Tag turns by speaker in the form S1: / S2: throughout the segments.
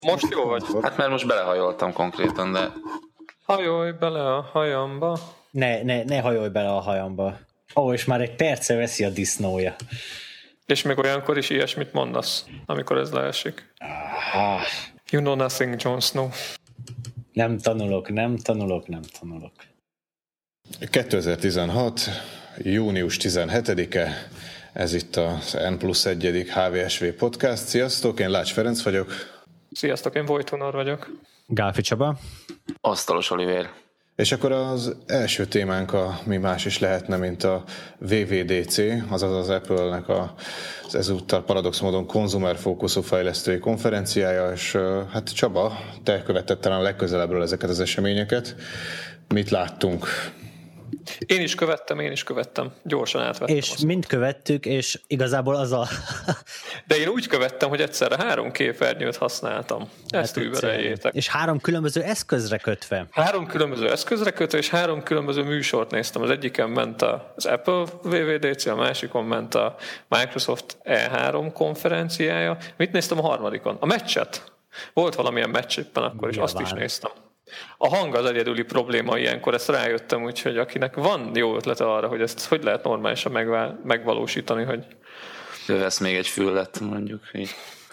S1: Most jó vagy?
S2: Hát mert most belehajoltam konkrétan, de...
S1: Hajolj bele a hajamba.
S3: Ne hajolj bele a hajamba. És már egy perce veszi a disznója.
S1: És még olyankor is ilyesmit mondasz, amikor ez leesik. You know nothing, Jon Snow.
S3: Nem tanulok.
S4: 2016. június 17-e, ez itt az N+1. HVSV podcast. Sziasztok, én Lács Ferenc vagyok.
S1: Sziasztok, én Vojt Hunor vagyok.
S3: Gálfi Csaba.
S2: Asztalos Olivér.
S4: És akkor az első témánk mi más is lehetne, mint a WWDC, azaz az Apple-nek az ezúttal paradox módon konzumerfókuszú fejlesztői konferenciája, és hát Csaba, te követted talán legközelebbről ezeket az eseményeket. Mit láttunk?
S1: Én is követtem. Gyorsan átvettem.
S3: És mind követtük, és igazából az a...
S1: De én úgy követtem, hogy egyszerre 3 képernyőt használtam. Ezt übereljétek.
S3: És 3 különböző eszközre kötve.
S1: 3 különböző eszközre kötve, és 3 különböző műsort néztem. Az egyiken ment az Apple WWDC, a másikon ment a Microsoft E3 konferenciája. Mit néztem a harmadikon? A meccset. Volt valamilyen meccs éppen akkor, és azt is néztem. A hang az egyedüli probléma ilyenkor, ezt rájöttem, úgyhogy akinek van jó ötlete arra, hogy ezt hogy lehet normálisan megvalósítani, hogy...
S2: Vesz még egy füllet, mondjuk így.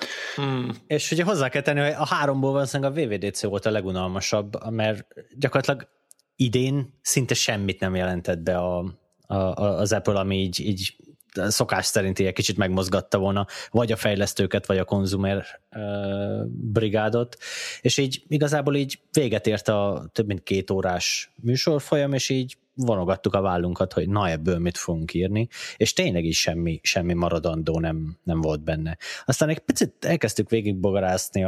S3: És ugye hozzá kell tenni, hogy a 3-ból valószínűleg a WWDC volt a legunalmasabb, mert gyakorlatilag idén szinte semmit nem jelentett be az Apple, ami így szokás szerint egy kicsit megmozgatta volna vagy a fejlesztőket, vagy a konzumer brigádot, és így igazából így véget ért a több mint 2 órás műsorfolyam, és így vonogattuk a vállunkat, hogy na ebből mit fogunk írni, és tényleg is semmi maradandó nem volt benne. Aztán egy picit elkezdtük végigbogarászni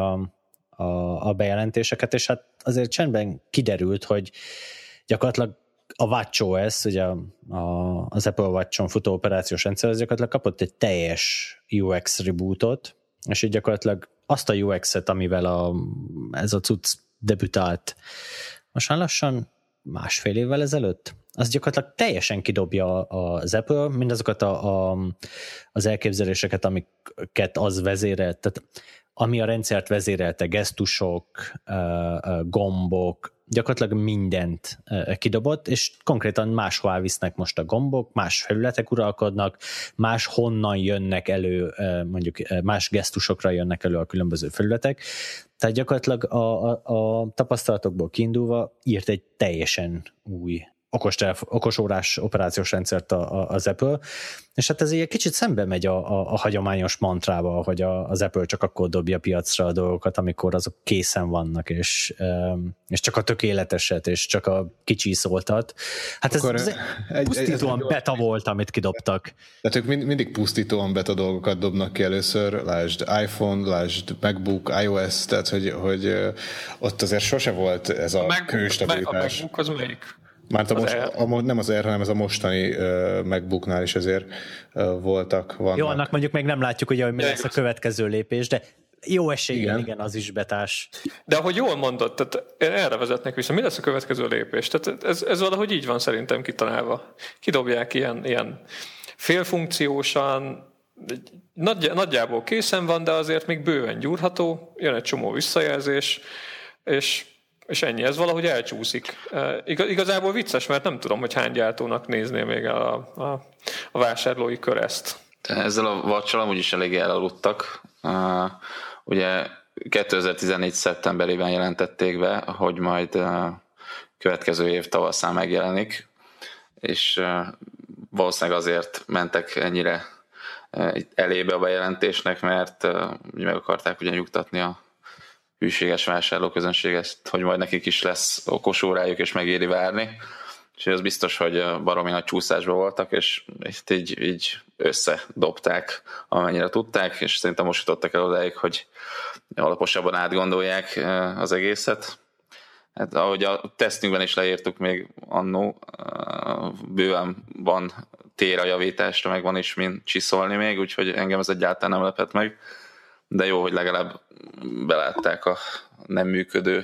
S3: a bejelentéseket, és hát azért csendben kiderült, hogy gyakorlatilag a WatchOS, ugye az Apple Watch-on futó operációs rendszer, az gyakorlatilag kapott egy teljes UX rebootot, és így gyakorlatilag azt a UX-et, amivel ez a cucc debütált most már lassan 1,5 évvel ezelőtt, az gyakorlatilag teljesen kidobja az Apple, mindazokat az elképzeléseket, amiket az vezérelt, tehát ami a rendszert vezérelte, gesztusok, gombok, gyakorlatilag mindent kidobott, és konkrétan máshová visznek most a gombok, más felületek uralkodnak, más honnan jönnek elő, mondjuk más gesztusokra jönnek elő a különböző felületek. Tehát gyakorlatilag a tapasztalatokból kiindulva írt egy teljesen új okosórás operációs rendszert az Apple, és hát ez egy kicsit szembe megy a hagyományos mantrával, hogy az Apple csak akkor dobja piacra a dolgokat, amikor azok készen vannak, és csak a tökéleteset, és csak a kicsiszoltat. Hát ez pusztítóan beta volt, amit kidobtak.
S4: Tehát ők mindig pusztítóan beta dolgokat dobnak ki először, lásd iPhone, lásd MacBook, iOS, tehát hogy ott azért sose volt ez a kőstabilitás.
S1: A MacBook az melyik?
S4: Már nem az Air, hanem ez a mostani MacBooknál is azért vannak.
S3: Jó, annak mondjuk még nem látjuk, ugye, hogy mi lesz a következő lépés, de jó eséllyel, igen, az is betás.
S1: De ahogy jól mondod, tehát én erre vezetnek vissza, mi lesz a következő lépés? Tehát ez valahogy így van szerintem kitalálva. Kidobják ilyen félfunkciósan, nagyjából készen van, de azért még bőven gyúrható, jön egy csomó visszajelzés, és ennyi, ez valahogy elcsúszik. Igazából vicces, mert nem tudom, hogy hány gyártónak nézné még a vásárlói kör ezt.
S2: Ezzel a Watch-al amúgy is elég elaludtak. Ugye 2014. szeptemberében jelentették be, hogy majd következő év tavasszán megjelenik, és valószínűleg azért mentek ennyire elébe a bejelentésnek, mert meg akarták ugye nyugtatni a hűséges vásárlóközönséget, hogy majd nekik is lesz okos órájuk, és megéri várni. És az biztos, hogy baromi nagy csúszásban voltak, és így összedobták, amennyire tudták, és szerintem most jutottak el odáig, hogy alaposabban átgondolják az egészet. Hát, ahogy a tesztünkben is leírtuk még annó, bőven van tér a javításra, meg van is min csiszolni még, úgyhogy engem ez egyáltalán nem lepett meg. De jó, hogy legalább belátták a nem működő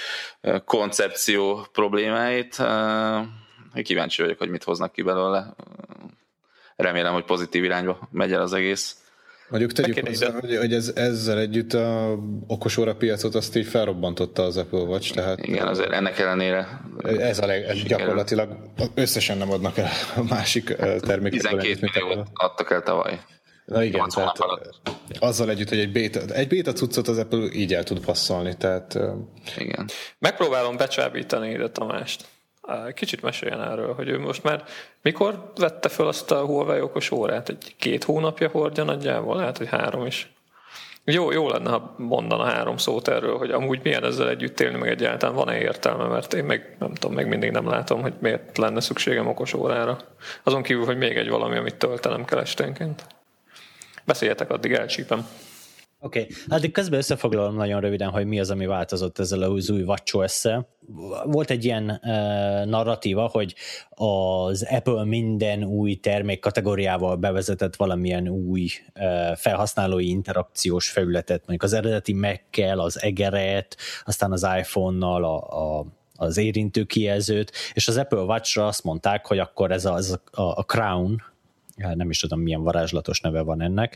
S2: koncepció problémáit. Kíváncsi vagyok, hogy mit hoznak ki belőle. Remélem, hogy pozitív irányba megy el az egész.
S4: Mondjuk tegyük hozzá, hogy ezzel együtt a okosóra piacot azt így felrobbantotta az Apple Watch, tehát...
S2: Igen, azért ennek ellenére...
S4: Ez gyakorlatilag összesen nem adnak el a másik terméket.
S2: 12 milliót adtak el tavaly.
S4: Na igen, tehát azzal együtt, hogy egy béta cuccot az Apple így el tud passzolni, tehát...
S2: Igen.
S1: Megpróbálom becsábítani ide Tamást. Kicsit meséljen erről, hogy ő most már mikor vette fel azt a Huawei okos órát? 2 hónapja hordja nagyjából? Lehet, hogy 3 is. Jó lenne, ha mondana 3 szót erről, hogy amúgy milyen ezzel együtt élni, meg egyáltalán van-e értelme, mert én meg nem tudom, meg mindig nem látom, hogy miért lenne szükségem okos órára. Azon kívül, hogy még egy valami, amit töltenem kell esténként. Beszéljetek, addig elcsípem.
S3: Oké, addig közben összefoglalom nagyon röviden, hogy mi az, ami változott ezzel az új WatchOS-szel. Volt egy ilyen narratíva, hogy az Apple minden új termék kategóriával bevezetett valamilyen új felhasználói interakciós felületet, mondjuk az eredeti Mac-kel, az egeret, aztán az iPhone-nal az érintő kijelzőt, és az Apple Watch-ra azt mondták, hogy akkor ez a Crown, nem is tudom milyen varázslatos neve van ennek,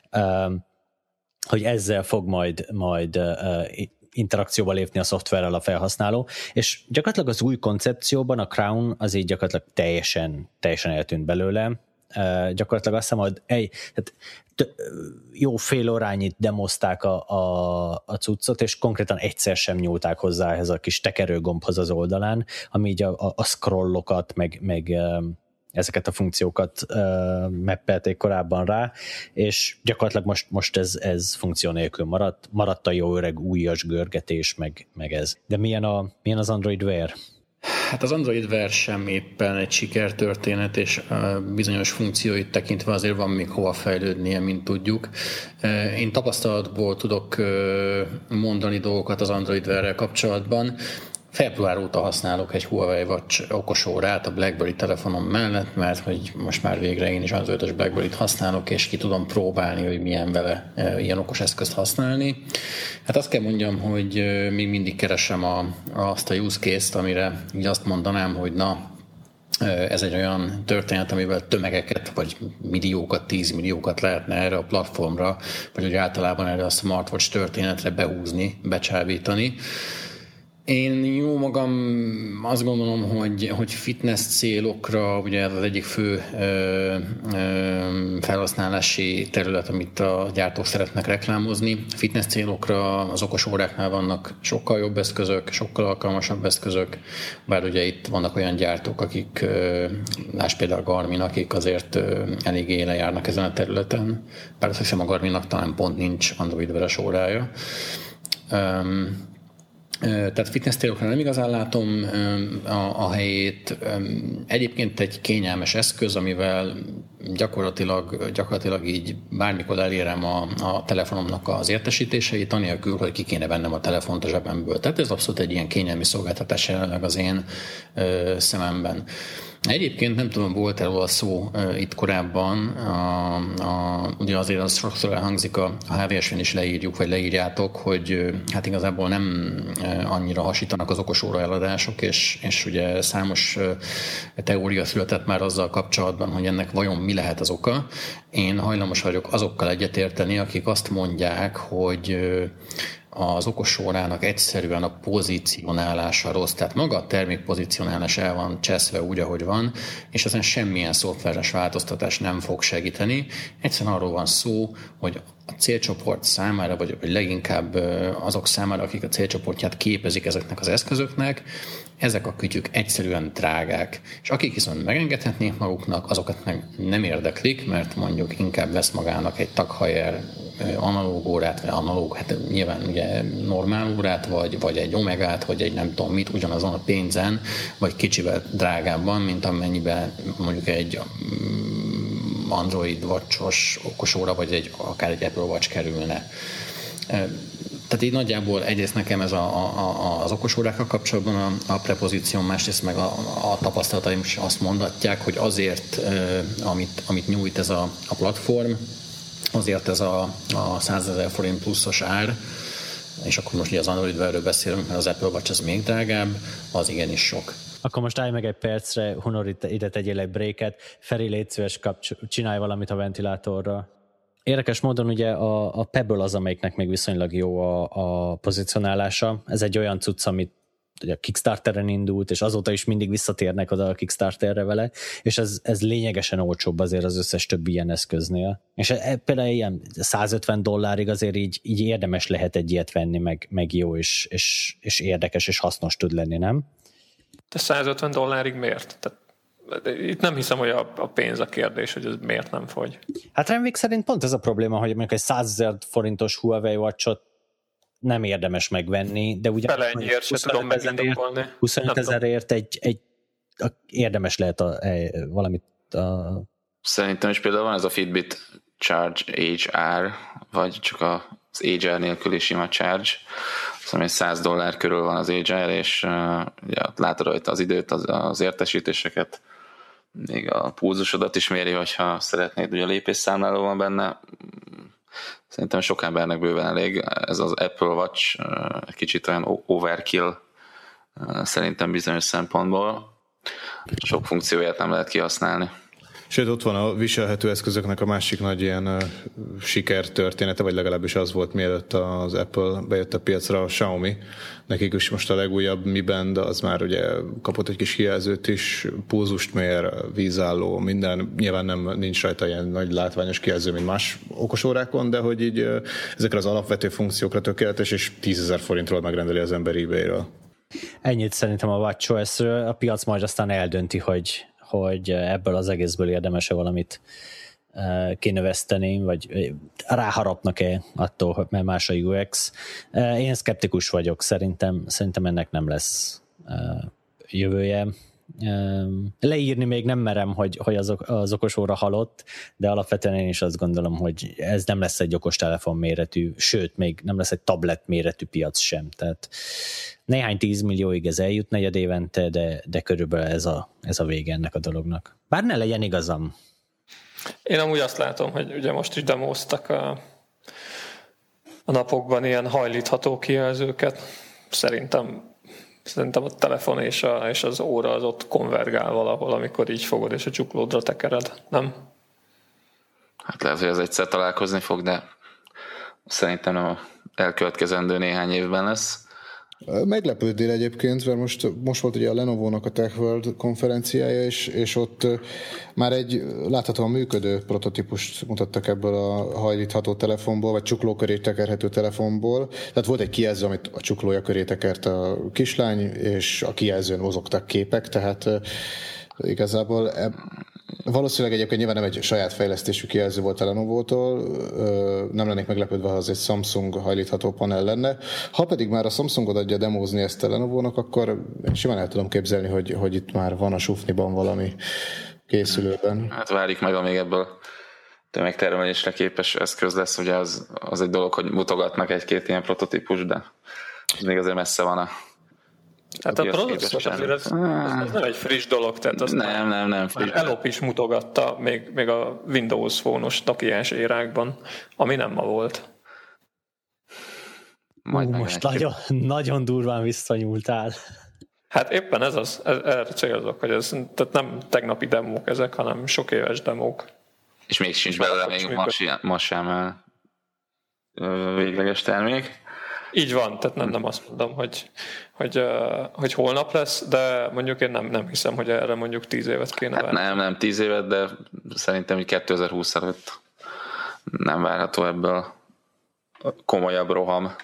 S3: hogy ezzel fog majd interakcióba lépni a szoftverrel a felhasználó, és gyakorlatilag az új koncepcióban a Crown az így gyakorlatilag teljesen eltűnt belőle. Gyakorlatilag azt hiszem, hogy jó fél órányit demozták a cuccot, és konkrétan egyszer sem nyúlták hozzá ehhez a kis tekerőgombhoz az oldalán, ami így a scrollokat, meg ezeket a funkciókat mappelték korábban rá, és gyakorlatilag most ez funkció nélkül maradt a jó öreg újas görgetés, meg ez. De milyen az Android Wear?
S5: Hát az Android Wear sem éppen egy sikertörténet, és bizonyos funkcióit tekintve azért van még hova fejlődnie, mint tudjuk. Én tapasztalatból tudok mondani dolgokat az Android Wear-rel kapcsolatban. Február óta használok egy Huawei Watch okosórát a BlackBerry telefonom mellett, mert hogy most már végre én is az 5-ös BlackBerry-t használok, és ki tudom próbálni, hogy milyen vele ilyen okos eszközt használni. Hát azt kell mondjam, hogy még mindig keresem azt a use case-t, amire így azt mondanám, hogy na, ez egy olyan történet, amivel tömegeket, vagy milliókat, 10 milliókat lehetne erre a platformra, vagy hogy általában erre a smartwatch történetre behúzni, becsábítani. Én jó magam azt gondolom, hogy fitness célokra, ugye ez az egyik fő felhasználási terület, amit a gyártók szeretnek reklámozni. Fitness célokra az okos óráknál vannak sokkal jobb eszközök, sokkal alkalmasabb eszközök, bár ugye itt vannak olyan gyártók, akik, lásd például a Garmin, akik azért elég élen járnak ezen a területen, bár azt hiszem a Garminnak talán pont nincs Android Wear-es órája. Tehát fitness célokra nem igazán látom a helyét. Egyébként egy kényelmes eszköz, amivel gyakorlatilag így bármikor elérem a telefonomnak az értesítéseit, anélkül, hogy ki kéne vennem a telefont a zsebemből. Tehát ez abszolút egy ilyen kényelmi szolgáltatás jelenleg az én szememben. Egyébként nem tudom, volt-e róla szó itt korábban, ugye azért az sokszor elhangzik, a HVS-en is leírjuk, vagy leírjátok, hogy hát igazából nem annyira hasítanak az okosóra eladások, és ugye számos teória született már azzal kapcsolatban, hogy ennek vajon mi lehet az oka. Én hajlamos vagyok azokkal egyetérteni, akik azt mondják, hogy az okosórának egyszerűen a pozícionálása rossz, tehát maga a termék pozícionálás el van cseszve úgy, ahogy van, és ezen semmilyen szoftveres változtatás nem fog segíteni. Egyszerűen arról van szó, hogy a célcsoport számára, vagy leginkább azok számára, akik a célcsoportját képezik ezeknek az eszközöknek, ezek a kütyük egyszerűen drágák. És akik viszont megengedhetnék maguknak, azokat meg nem érdeklik, mert mondjuk inkább vesz magának egy Tag Heuer analóg órát, vagy analóg, hát nyilván ugye normál órát, vagy egy Omegát, vagy egy nem tudom mit, ugyanazon a pénzen, vagy kicsivel drágábban, mint amennyiben mondjuk egy Android Watch-os okosóra, vagy akár egy Apple Watch kerülne. Tehát így nagyjából egyrészt nekem ez az okosórákkal kapcsolatban a prepozíció, másrészt meg a tapasztalataim is azt mondatják, hogy azért, amit nyújt ez a platform, azért ez a 100 000 forint pluszos ár, és akkor most ugye az Android Wear-ről beszélünk, mert az Apple Watch az még drágább, az igenis sok.
S3: Akkor most állj meg egy percre, Hunor, ide tegyél egy breaket. Feri, légy szíves, csinálj valamit a ventilátorral. Érdekes módon ugye a Pebble az, amelyiknek még viszonylag jó a pozicionálása. Ez egy olyan cucc, amit ugye a Kickstarteren indult, és azóta is mindig visszatérnek oda a Kickstarterre vele, és ez lényegesen olcsóbb azért az összes többi ilyen eszköznél. És például ilyen $150 azért így érdemes lehet egy ilyet venni, meg jó, és érdekes, és hasznos tud lenni, nem?
S1: De $150 miért? Tehát itt nem hiszem, hogy a pénz a kérdés, hogy ez miért nem fogy.
S3: Hát Renvik szerint pont ez a probléma, hogy mondjuk egy 100 000 forintos Huawei Watch-ot nem érdemes megvenni, de ugye
S1: bele ennyiért se tudom megindokolni.
S3: 25 000-ért érdemes lehet valamit...
S2: Szerintem is például van ez a Fitbit Charge HR, vagy csak az HR nélküli sima Charge, ami $100 körül van az HR, és látod rajta az időt, az értesítéseket, még a pulzusodat is méri, hogyha szeretnéd, ugye a lépésszámláló van benne. Szerintem sok embernek bőven elég. Ez az Apple Watch kicsit olyan overkill szerintem bizonyos szempontból. Sok funkcióját nem lehet kihasználni.
S4: Sőt, ott van a viselhető eszközöknek a másik nagy ilyen sikertörténete, vagy legalábbis az volt, mielőtt az Apple bejött a piacra, a Xiaomi. Nekik is most a legújabb Mi Band, az már ugye kapott egy kis kijelzőt is, pulzust mér, vízálló, minden. Nyilván nincs rajta ilyen nagy látványos kijelző, mint más okosórákon, de hogy így ezekre az alapvető funkciókra tökéletes, és 10 000 forintról megrendeli az ember eBay-ről.
S3: Ennyit szerintem a WatchOS-ről. A piac majd aztán eldönti, hogy ebből az egészből érdemes-e valamit kinöveszteni, vagy ráharapnak-e attól, mert más a UX. Én szkeptikus vagyok, szerintem ennek nem lesz jövője. Leírni még nem merem, hogy az okosóra halott, de alapvetően én is azt gondolom, hogy ez nem lesz egy okostelefon méretű, sőt, még nem lesz egy tablet méretű piac sem. Tehát néhány 10 millióig ez eljut negyed évente, de körülbelül ez a vége ennek a dolognak. Bár ne legyen igazam.
S1: Én amúgy azt látom, hogy ugye most is demóztak a napokban ilyen hajlítható kijelzőket. Szerintem a telefon és az óra az ott konvergál valahol, amikor így fogod és a csuklódra tekered, nem?
S2: Hát lehet, hogy ez egyszer találkozni fog, de szerintem nem a elkövetkezendő néhány évben lesz.
S4: Meglepődtél egyébként, mert most volt ugye a Lenovo-nak a Tech World konferenciája, és ott már egy láthatóan működő prototípust mutattak ebből a hajlítható telefonból, vagy csukló köré tekerhető telefonból. Tehát volt egy kijelző, amit a csuklója köré tekert a kislány, és a kijelzőn mozogtak képek, tehát igazából valószínűleg egyébként nyilván nem egy saját fejlesztésű kijelző volt a Lenovo-tól, nem lennék meglepődve, ha az egy Samsung hajlítható panel lenne. Ha pedig már a Samsungot adja demózni ezt a Lenovo-nak, akkor simán el tudom képzelni, hogy itt már van a sufniban valami készülőben.
S2: Hát várjuk meg, amíg ebből tömegtermelésre képes eszköz lesz, ugye az egy dolog, hogy mutogatnak egy-két ilyen prototípus, de még azért messze van
S1: hát a Prodoxos azért ez nem egy friss dolog, tehát azt
S2: nem friss.
S1: Elop is mutogatta még a Windows Phone-os Nokia-s érákban, ami nem ma volt.
S3: Most nagyon durván visszanyúltál.
S1: Hát éppen erre célozok, hogy ez tehát nem tegnapi demók ezek, hanem sok éves demók.
S2: És még sincs belőle még ma sem végleges termék.
S1: Így van, tehát nem azt mondom, hogy holnap lesz, de mondjuk én nem hiszem, hogy erre mondjuk 10 évet kéne várni.
S2: Nem 10 évet, de szerintem, hogy 2020 előtt nem várható ebből komolyabb roham.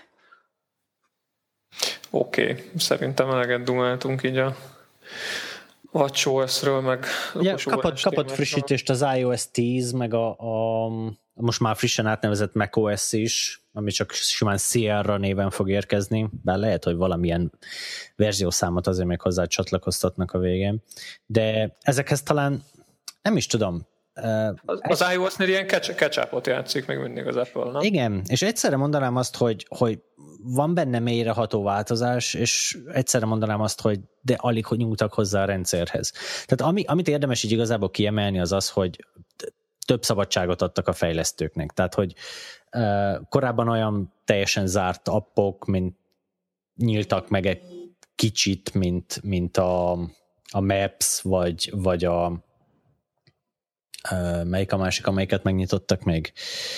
S1: Oké, szerintem eleget dumáltunk így a WatchOS-ről, meg
S3: ugye, kapott frissítést az iOS 10, meg a most már frissen átnevezett macOS is, ami csak simán Sierra néven fog érkezni, bár lehet, hogy valamilyen verziószámot azért még hozzá csatlakoztatnak a végén. De ezekhez talán nem is tudom.
S1: Az iOS-nél ilyen catch-upot játszik még mindig az Apple, nem?
S3: Igen, és egyszerre mondanám azt, hogy van benne mélyreható változás, és egyszerre mondanám azt, hogy de alig hogy nyújtak hozzá a rendszerhez. Tehát amit érdemes így igazából kiemelni az az, hogy több szabadságot adtak a fejlesztőknek. Tehát, hogy korábban olyan teljesen zárt appok, mint nyíltak meg egy kicsit, mint a Maps, vagy a Melyik a másik, amelyiket megnyitottak még?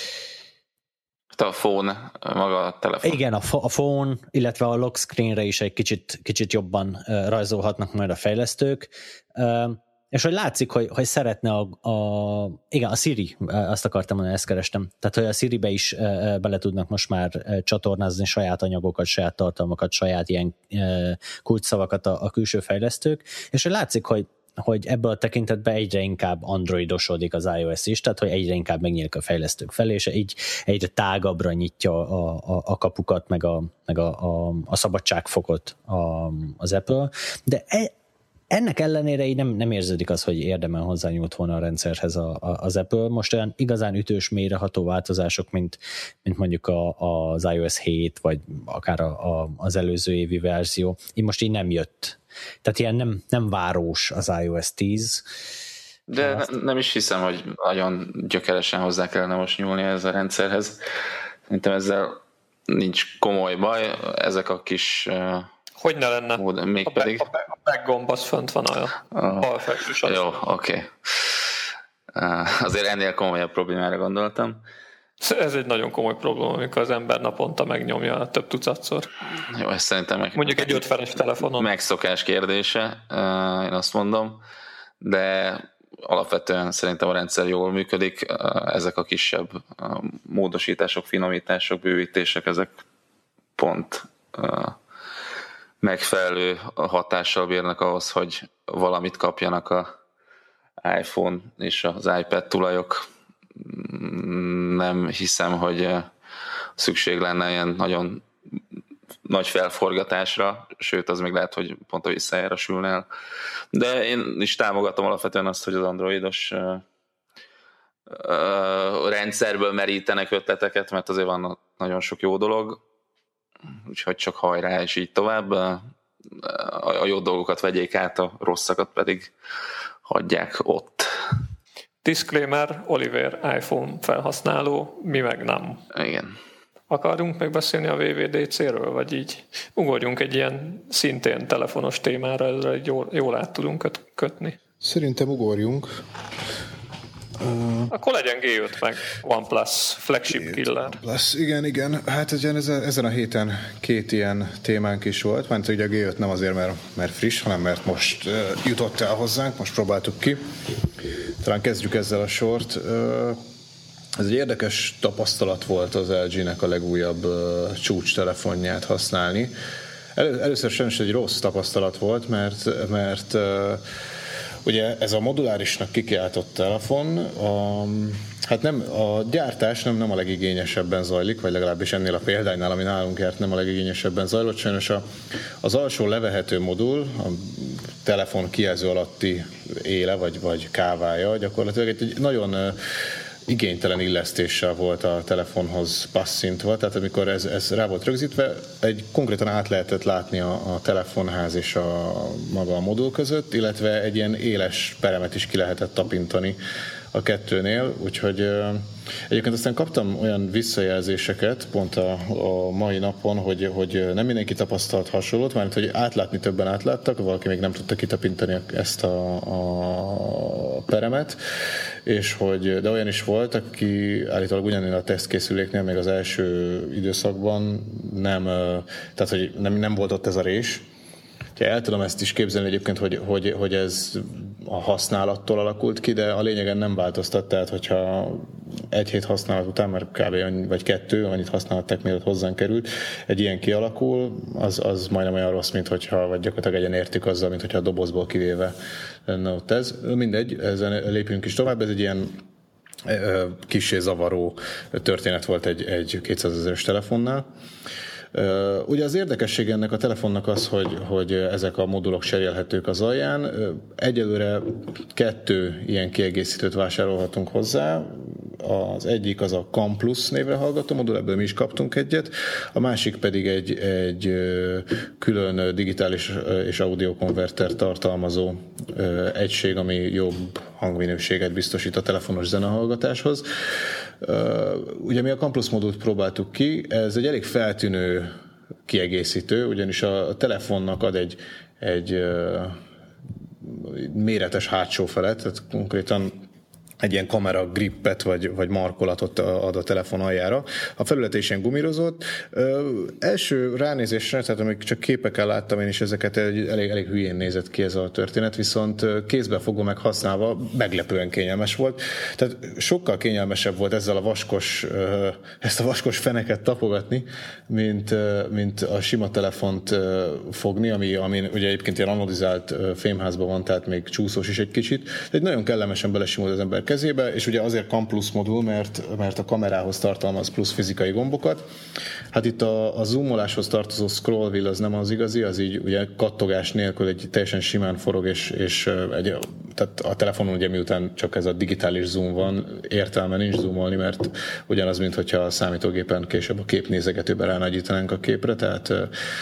S2: A phone, maga a telefon.
S3: Igen, a phone, illetve a lock screenre is egy kicsit jobban rajzolhatnak majd a fejlesztők. És hogy látszik, hogy szeretne igen, a Siri, azt akartam mondani, ezt kerestem. Tehát, hogy a Siri-be is bele tudnak most már csatornázni saját anyagokat, saját tartalmakat, saját ilyen kulcsszavakat a külső fejlesztők, és hogy látszik, hogy ebből a tekintetben egyre inkább androidosodik az iOS is, tehát hogy egyre inkább megnyílik a fejlesztők felé, és így egyre tágabbra nyitja a kapukat, meg a szabadságfokot az Apple. De ennek ellenére így nem érződik az, hogy érdemel hozzányúlt volna a rendszerhez az Apple. Most olyan igazán ütős, mélyreható változások, mint mondjuk az iOS 7, vagy akár az előző évi verzió, így most így nem jött. Tehát ilyen nem város az iOS 10.
S2: De nem is hiszem, hogy nagyon gyökeresen hozzá kellene most nyúlni ez a rendszerhez. Szerintem ezzel nincs komoly baj. Ezek a kis...
S1: Hogy ne lenne?
S2: Mégpedig...
S1: A back gomb az fönt van alfelsősorban.
S2: Jó, oké. Azért ennél komolyabb problémára gondoltam.
S1: Ez egy nagyon komoly probléma, amikor az ember naponta megnyomja több tucatszor.
S2: Jó, ez szerintem
S1: mondjuk egy 50-es telefonon.
S2: Megszokás kérdése, én azt mondom, de alapvetően szerintem a rendszer jól működik. Ezek a kisebb módosítások, finomítások, bővítések, ezek pont megfelelő hatással bírnak ahhoz, hogy valamit kapjanak a iPhone és az iPad tulajok. Nem hiszem, hogy szükség lenne ilyen nagyon nagy felforgatásra, sőt, az még lehet, hogy pont a visszajára sülne el. De én is támogatom alapvetően azt, hogy az androidos rendszerből merítenek ötleteket, mert azért van nagyon sok jó dolog, úgyhogy csak hajrá, és így tovább. A jó dolgokat vegyék át, a rosszakat pedig hagyják ott.
S1: Disclaimer, Oliver iPhone felhasználó, mi meg nem.
S2: Igen.
S1: Akarunk megbeszélni a WWDC-ről, vagy így ugorjunk egy ilyen szintén telefonos témára, ezzel jól át tudunk kötni?
S4: Szerintem ugorjunk.
S1: Akkor legyen G5 meg OnePlus flagship killer.
S4: OnePlus, igen. Hát ezen a héten két ilyen témánk is volt. Mert ugye a G5 nem azért, mert friss, hanem mert most jutott el hozzánk, most próbáltuk ki. Talán kezdjük ezzel a sort. Ez egy érdekes tapasztalat volt az LG-nek a legújabb csúcs telefonját használni. Először sajnos egy rossz tapasztalat volt, mert ugye ez a modulárisnak kikiáltott telefon, hát nem, a gyártás nem a legigényesebben zajlik, vagy legalábbis ennél a példánynál, ami nálunk járt, nem a legigényesebben zajlott. Sajnos az alsó levehető modul, a telefon kijelző alatti éle, vagy kávája gyakorlatilag egy nagyon igénytelen illesztéssel volt a telefonhoz passzintva, tehát amikor ez rá volt rögzítve, konkrétan át lehetett látni a telefonház és maga a modul között, illetve egy ilyen éles peremet is ki lehetett tapintani a kettőnél, úgyhogy egyébként aztán kaptam olyan visszajelzéseket pont a mai napon, hogy nem mindenki tapasztalt hasonlót, mármint hogy átlátni többen átláttak, valaki még nem tudta kitapintani ezt a peremet, és de olyan is volt, aki állítólag ugyanilyen a tesztkészüléknél még az első időszakban tehát hogy nem volt ott ez a rés. El tudom ezt is képzelni egyébként, hogy ez a használattól alakult ki, de a lényegen nem változtat, tehát hogyha egy hét használat után, mert kb. Vagy 2, annyit használhatták, mielőtt hozzánk került, egy ilyen kialakul, az majdnem olyan rossz, mint hogyha, vagy gyakorlatilag egyenértük azzal, mint hogyha a dobozból kivéve lenne ott ez. Mindegy, ezen lépjünk is tovább, ez egy ilyen kissé zavaró történet volt egy 200 000-es telefonnál. Ugye az érdekesség ennek a telefonnak az, hogy ezek a modulok cserélhetők az alján. Egyelőre 2 ilyen kiegészítőt vásárolhatunk hozzá. Az egyik az a Cam Plus névre hallgató modul, ebből mi is kaptunk egyet. A másik pedig egy külön digitális és audio konverter tartalmazó egység, ami jobb hangminőséget biztosít a telefonos zenehallgatáshoz. Ugye mi a Cam Plus modult próbáltuk ki, ez egy elég feltűnő kiegészítő, ugyanis a telefonnak ad egy méretes hátsó felet, tehát konkrétan egy ilyen kamera grippet vagy markolatot ad a telefon aljára. A felülete is ilyen gumírozott. Első ránézésre, tehát amíg csak képeken láttam én is ezeket, elég hülyén nézett ki ez a történet, viszont kézbe fogva meg használva meglepően kényelmes volt. Tehát sokkal kényelmesebb volt ezzel ezt a vaskos feneket tapogatni, mint a sima telefont fogni, ami ugye egyébként ilyen anodizált fémházban van, tehát még csúszós is egy kicsit. Egy nagyon kellemesen belesimult az ember kezébe, és ugye azért Cam Plus modul, mert a kamerához tartalmaz plusz fizikai gombokat. Hát itt a zoomoláshoz tartozó scroll wheel az nem az igazi, az így ugye kattogás nélkül egy teljesen simán forog, és tehát a telefonon ugye miután csak ez a digitális zoom van, értelme nincs zoomolni, mert ugyanaz, mint hogyha a számítógépen később a képnézegetőben ránagyítanánk a képre, tehát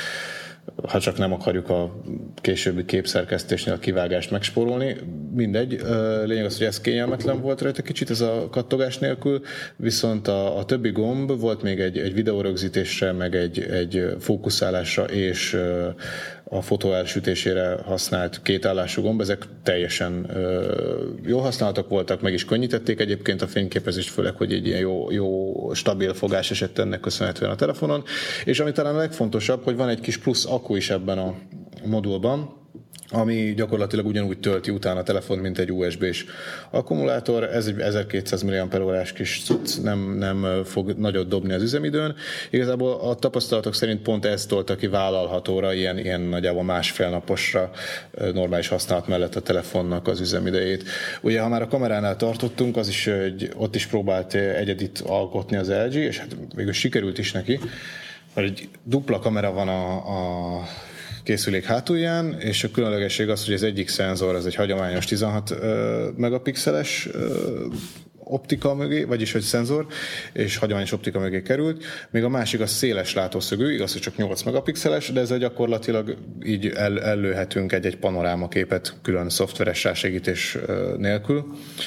S4: ha csak nem akarjuk a későbbi képszerkesztésnél a kivágást megspórolni. Mindegy. Lényeg az, hogy ez kényelmetlen volt rajta kicsit, ez a kattogás nélkül, viszont a többi gomb volt még egy videórögzítésre, meg egy fókuszálásra és a fotó elsütésére használt kétállású gomb, ezek teljesen jó használatok voltak, meg is könnyítették egyébként a fényképezést, főleg, hogy egy ilyen jó stabil fogás esett ennek köszönhetően a telefonon, és ami talán a legfontosabb, hogy van egy kis plusz akku is ebben a modulban, ami gyakorlatilag ugyanúgy tölti utána a telefon, mint egy USB-s akkumulátor. Ez egy 1200 mAh kis cucc, nem fog nagyot dobni az üzemidőn. Igazából a tapasztalatok szerint pont ez tolta ki vállalhatóra, ilyen nagyjából másfél naposra normális használat mellett a telefonnak az üzemidejét. Ugye, ha már a kameránál tartottunk, az is, ott is próbált egyedit alkotni az LG, és hát végül sikerült is neki, mert egy dupla kamera van a készülék hátulján, és a különlegesség az, hogy az egyik szenzor az egy hagyományos 16 megapixeles optika mögé, vagyis hogy szenzor, és hagyományos optika mögé került, még a másik az széles látószögű, igaz, hogy csak 8 megapixeles, de ezzel gyakorlatilag így ellőhetünk egy panorámaképet külön szoftveres rásegítés nélkül.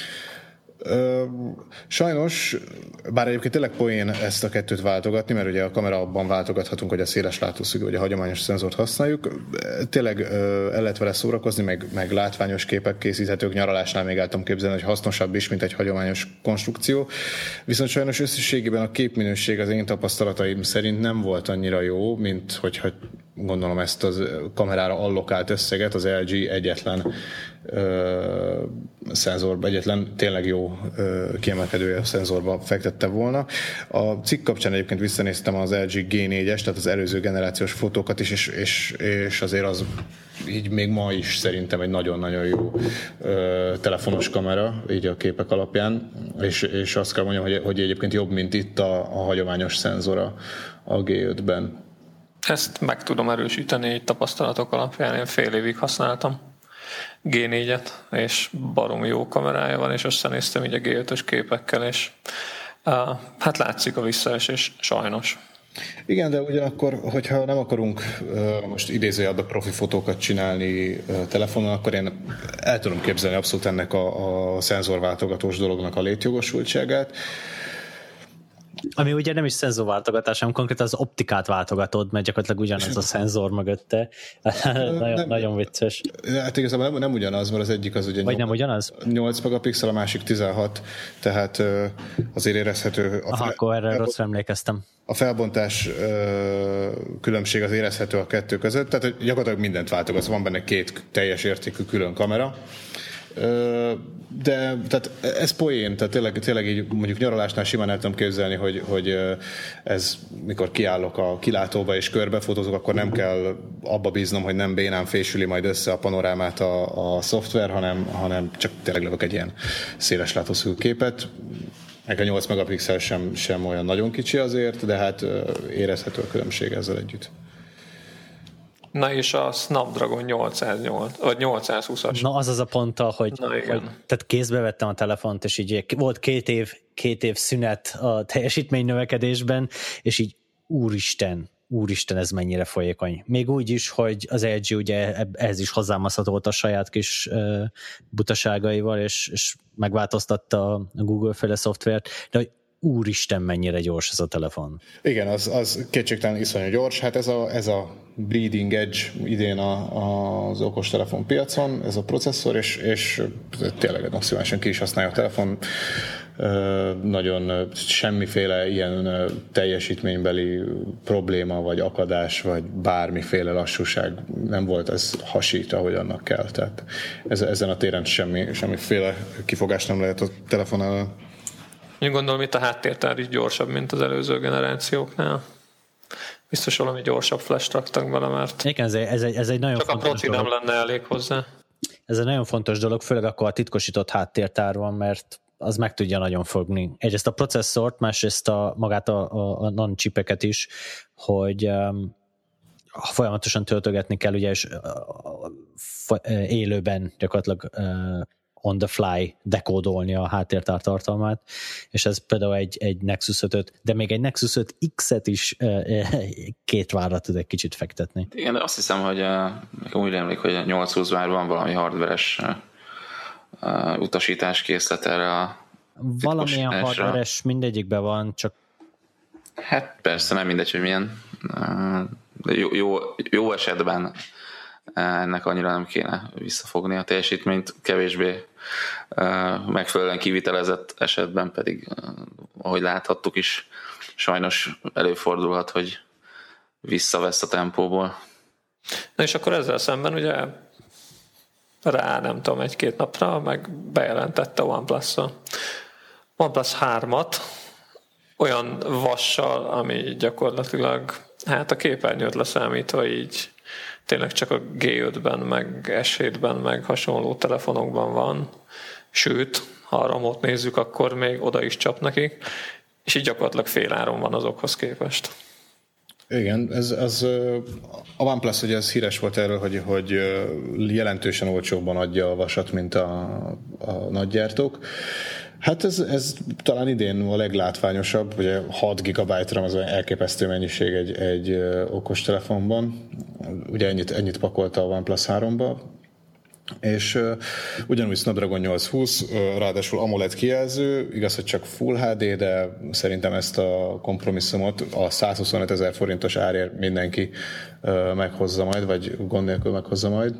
S4: Sajnos, bár egyébként tényleg poén ezt a kettőt váltogatni, mert ugye a kamerában váltogathatunk, hogy a széles látószögű vagy a hagyományos szenzort használjuk. Tényleg el lehet vele szórakozni, meg látványos képek készíthetők, nyaralásnál még el tudom képzelni, hogy hasznosabb is, mint egy hagyományos konstrukció. Viszont sajnos összességében a képminőség az én tapasztalataim szerint nem volt annyira jó, mint hogyha gondolom ezt az kamerára allokált összeget az LG egyetlen szenzorba, egyetlen tényleg jó kiemelkedő szenzorba fektette volna. A cikk kapcsán egyébként visszanéztem az LG G4-es, tehát az előző generációs fotókat is, és azért az így még ma is szerintem egy nagyon-nagyon jó telefonos kamera, így a képek alapján, és azt kell mondjam, hogy egyébként jobb, mint itt a hagyományos szenzora a G5-ben.
S1: Ezt meg tudom erősíteni egy tapasztalatok alapján, én fél évig használtam G4-et, és baromi jó kamerája van, és összenéztem így a G5-ös képekkel, és hát látszik a visszaesés, sajnos.
S4: Igen, de ugyanakkor, hogyha nem akarunk most idézőjelben profi fotókat csinálni telefonon, akkor én el tudom képzelni abszolút ennek a szenzorváltogatós dolognak a létjogosultságát.
S3: Ami ugye nem is szenzorváltogatás, hanem konkrétan az optikát váltogatod, mert gyakorlatilag ugyanaz a szenzor mögötte. Nagyon vicces.
S4: Hát igazából nem ugyanaz, mert az egyik az ugye
S3: vagy nem ugyanaz?
S4: 8 megapixel, a másik 16, tehát azért érezhető.
S3: Akkor erre rosszul emlékeztem.
S4: A felbontás különbség az érezhető a kettő között, tehát gyakorlatilag mindent váltogatsz, van benne két teljes értékű külön kamera. De tehát ez poén, tehát tényleg így mondjuk nyaralásnál simán el tudom képzelni, hogy ez mikor kiállok a kilátóba és körbefotózok, akkor nem kell abba bíznom, hogy nem bénán fésüli majd össze a panorámát a szoftver, hanem csak tényleg lövök egy ilyen széles látószögű képet. Meg a 8 megapixel sem olyan nagyon kicsi azért, de hát érezhető a különbség ezzel együtt.
S1: Na és a Snapdragon 808, vagy 820-as.
S3: Na az a ponta, hogy tehát kézbe vettem a telefont, és így volt két év szünet a teljesítménynövekedésben, és így úristen, ez mennyire folyékony. Még úgy is, hogy az LG ugye ehhez is hozzámaszatolt a saját kis butaságaival, és megváltoztatta a Google-féle szoftvert, de úristen, mennyire gyors ez a telefon.
S4: Igen, az kétségtelen iszonyú gyors. Hát ez a bleeding edge idén az okostelefon piacon, ez a processzor, és tényleg maximálisan ki is használja a telefon. Nagyon semmiféle ilyen teljesítménybeli probléma, vagy akadás, vagy bármiféle lassúság nem volt, ez hasít, ahogy annak kell. Tehát ezen a téren semmiféle kifogás nem lehet a telefon ellen.
S1: Én gondolom, itt a háttértár is gyorsabb, mint az előző generációknál. Biztos valami gyorsabb flash raktak bele, mert
S3: igen, ez egy nagyon
S1: csak
S3: fontos
S1: a proci nem lenne elég hozzá.
S3: Ez egy nagyon fontos dolog, főleg akkor a titkosított háttértár van, mert az meg tudja nagyon fogni. Egyrészt a processzort, másrészt magát a non-chipeket is, hogy folyamatosan töltögetni kell, ugye, és élőben gyakorlatilag on the fly dekódolni a háttértár tartalmát, és ez például egy Nexus 5-öt, de még egy Nexus 5 X-et is két várra tud egy kicsit fektetni.
S2: Igen, de azt hiszem, hogy úgy emlék, hogy a 820 már van valami hardveres utasításkészlet erre a
S3: valamilyen hardveres mindegyikben van, csak
S2: hát persze, nem mindegy, hogy milyen. De jó esetben ennek annyira nem kéne visszafogni a teljesítményt, kevésbé megfelelően kivitelezett esetben pedig, ahogy láthattuk is, sajnos előfordulhat, hogy visszavesz a tempóból.
S1: Na és akkor ezzel szemben ugye rá nem tudom, 1-2 napra meg bejelentette a OnePlus 3-at olyan vassal, ami gyakorlatilag hát a képernyőt leszámítva így tényleg csak a G5-ben, meg S7-ben, meg hasonló telefonokban van. Sőt, ha a RAM-ot nézzük, akkor még oda is csap nekik, és így gyakorlatilag féláron van azokhoz képest.
S4: Igen, a OnePlus ugye ez híres volt erről, hogy jelentősen olcsóbban adja a vasat, mint a nagygyártók. Hát ez talán idén a leglátványosabb, ugye 6 GB RAM az elképesztő mennyiség egy okostelefonban. Ugye ennyit pakolta a OnePlus 3-ba, és ugyanúgy Snapdragon 820, ráadásul AMOLED kijelző, igaz, hogy csak Full HD, de szerintem ezt a kompromisszumot a 125 000 forintos árért mindenki meghozza majd, vagy gond nélkül meghozza majd.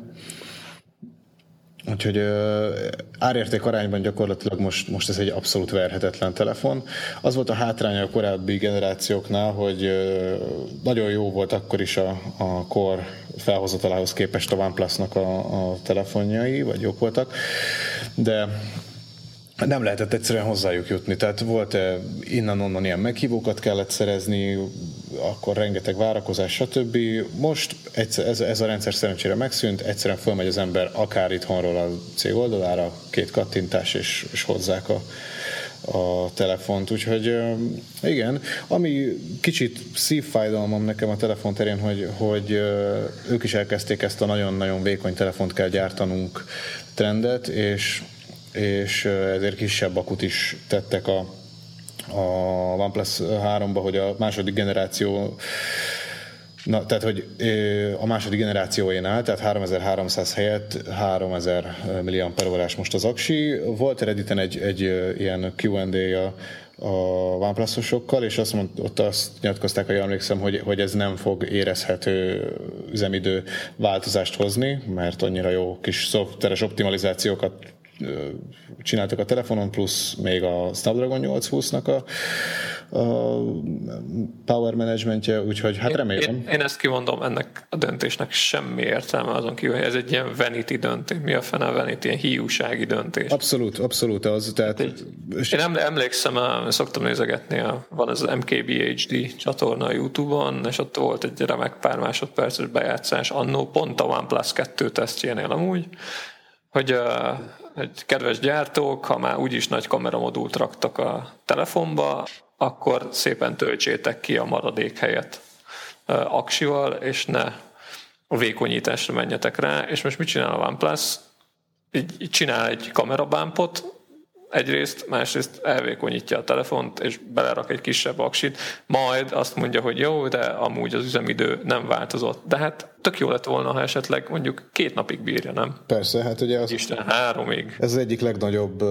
S4: Úgyhogy árérték arányban gyakorlatilag most ez egy abszolút verhetetlen telefon. Az volt a hátránya a korábbi generációknál, hogy nagyon jó volt akkor is a Core felhozatalához képest a OnePlus-nak a telefonjai, vagy jók voltak, de nem lehetett egyszerűen hozzájuk jutni. Tehát volt innen-onnan ilyen meghívókat kellett szerezni, akkor rengeteg várakozás, stb. Most ez a rendszer szerencsére megszűnt, egyszerűen fölmegy az ember akár itthonról a cég oldalára, 2 kattintás, és hozzák a telefont. Úgyhogy igen, ami kicsit szívfájdalmam nekem a telefon terén, hogy ők is elkezdték ezt a nagyon-nagyon vékony telefont kell gyártanunk trendet, és ezért kisebb akut is tettek a OnePlus 3-ba, hogy a második generáció, tehát hogy a második generációénál, tehát 3300 helyett 3000 mAh most az aksi. Volt Redditen egy ilyen Q&A a OnePlus-osokkal, és ott azt nyilatkozták, hogy emlékszem, hogy ez nem fog érezhető üzemidő változást hozni, mert annyira jó kis szoftveres optimalizációkat csináltak a telefonon, plusz még a Snapdragon 820-nak a power managementje, úgyhogy hát remélem.
S1: Én ezt kimondom, ennek a döntésnek semmi értelme azon kívül, hogy ez egy ilyen vanity döntés. Mi a fene a vanity? Ilyen hiúsági döntés.
S4: Abszolút.
S1: Én emlékszem, szoktam nézegetni, van ez az MKBHD csatorna a YouTube-on, és ott volt egy remek pár másodperces bejátszás annó, pont a OnePlus 2 tesztjénél amúgy, hogy kedves gyártók, ha már úgyis nagy kameramodult raktak a telefonba, akkor szépen töltsétek ki a maradék helyet aksival, és ne a vékonyításra menjetek rá. És most mit csinál a OnePlus? Így csinál egy kamerabámpot, egyrészt, másrészt elvékonyítja a telefont, és belerak egy kisebb aksit, majd azt mondja, hogy jó, de amúgy az üzemidő nem változott. De hát tök jó lett volna, ha esetleg mondjuk 2 napig bírja, nem?
S4: Persze, hát ugye
S1: Isten 3-ig.
S4: Ez az egyik legnagyobb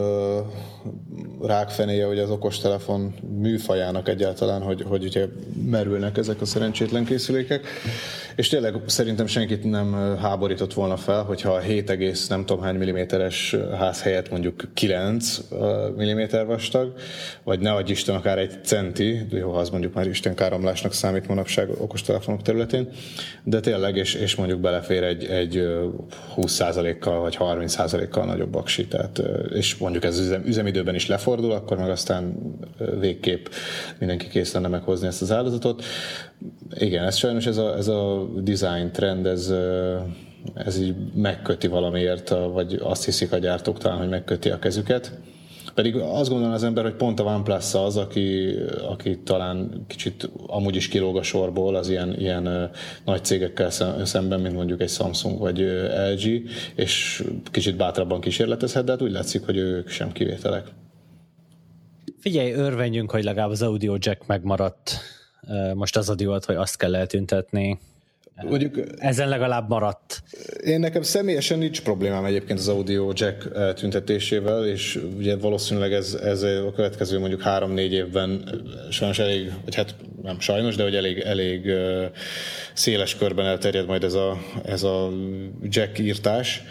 S4: rákfenéje ugye az okostelefon műfajának egyáltalán, hogy ugye merülnek ezek a szerencsétlen készülékek. És tényleg szerintem senkit nem háborított volna fel, hogyha a 7, nem tudom hány milliméteres ház helyett mondjuk 9 milliméter vastag, vagy ne adj Isten akár 1 centi, de jó, az mondjuk már Isten káromlásnak számít manapság okostelefonok területén, de tényleg, és mondjuk belefér egy 20%-kal vagy 30%-kal nagyobb aksi, tehát, és mondjuk ez üzemidőben is lefordul, akkor meg aztán végképp mindenki kész lenne meghozni ezt az áldozatot. Igen, ez sajnos ez a design trend, ez így megköti valamiért, vagy azt hiszik a gyártók talán, hogy megköti a kezüket. Pedig azt gondolom az ember, hogy pont a OnePlus az, aki talán kicsit amúgy is kilóg a sorból az ilyen nagy cégekkel szemben, mint mondjuk egy Samsung vagy LG, és kicsit bátrabban kísérletezhet, de hát úgy látszik, hogy ők sem kivételek.
S3: Figyelj, örvendjünk, hogy legalább az audio jack megmaradt. Most az a divat, hogy azt kell eltüntetni. Mondjuk, ezen legalább maradt.
S4: Én nekem személyesen nincs problémám egyébként az audio jack tüntetésével, és ugye valószínűleg ez a következő mondjuk 3-4 évben sajnos elég, vagy hát nem sajnos, de hogy elég széles körben elterjed majd ez a jack írtás,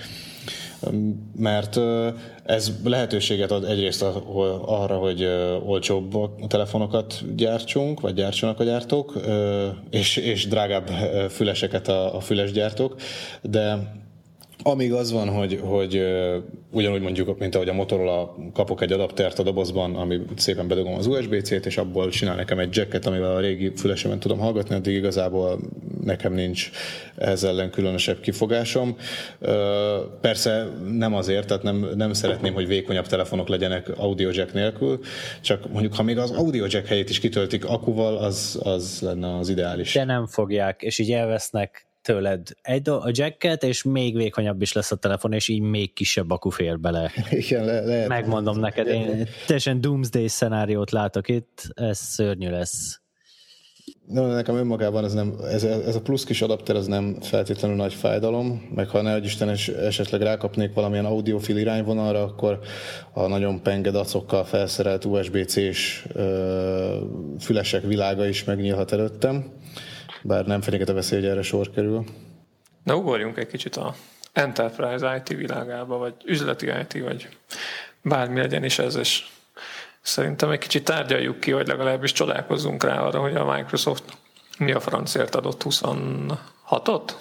S4: mert ez lehetőséget ad egyrészt arra, hogy olcsóbb telefonokat gyártsunk, vagy gyártsanak a gyártók, és drágább füleseket a fülesgyártók, de amíg az van, hogy ugyanúgy mondjuk, mint ahogy a Motorola kapok egy adaptert a dobozban, ami szépen bedugom az USB-C-t, és abból csinál nekem egy jacket, amivel a régi fülesemen tudom hallgatni, addig igazából nekem nincs ez ellen különösebb kifogásom. Persze nem azért, tehát nem szeretném, hogy vékonyabb telefonok legyenek audio jack nélkül, csak mondjuk, ha még az audio jack helyét is kitöltik akuval, az lenne az ideális.
S3: De nem fogják, és így elvesznek tőled a jacket, és még vékonyabb is lesz a telefon, és így még kisebb akku fér bele.
S4: Igen, lehet.
S3: Megmondom neked, én teljesen doomsday szenáriót látok itt, ez szörnyű lesz.
S4: No, nekem önmagában ez a plusz kis adapter az nem feltétlenül nagy fájdalom, meg ha nehogy Isten esetleg rákapnék valamilyen audiofil irányvonalra, akkor a nagyon penge dacokkal felszerelt USB-C-s fülesek világa is megnyílhat előttem. Bár nem fenyeget a veszély, hogy erre sor kerül.
S1: Na, ugorjunk egy kicsit a Enterprise IT világába, vagy üzleti IT, vagy bármi legyen is ez, és szerintem egy kicsit tárgyaljuk ki, vagy legalábbis csodálkozzunk rá arra, hogy a Microsoft mi a francért adott 26-ot?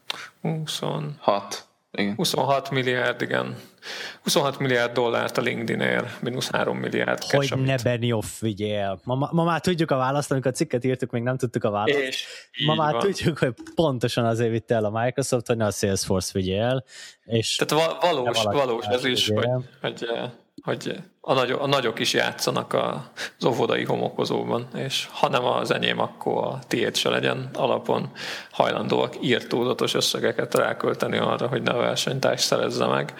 S2: 26. Igen.
S1: 26 milliárd, igen. 26 milliárd dollárt a LinkedIn-ért, -3 milliárd cash.
S3: Hogy ne Benioff vigyél. Ma már tudjuk a választ, amikor a cikket írtuk, még nem tudtuk a választ.
S1: És
S3: ma már tudjuk, hogy pontosan azért vitte el a Microsoft, hogy ne a Salesforce vigyél. És
S1: tehát valós ez is, hogy a nagyok is játszanak az óvodai homokozóban, és ha nem az enyém, akkor a tiéd se legyen alapon hajlandóak írtózatos összegeket rákölteni arra, hogy ne a versenytárs szerezze meg.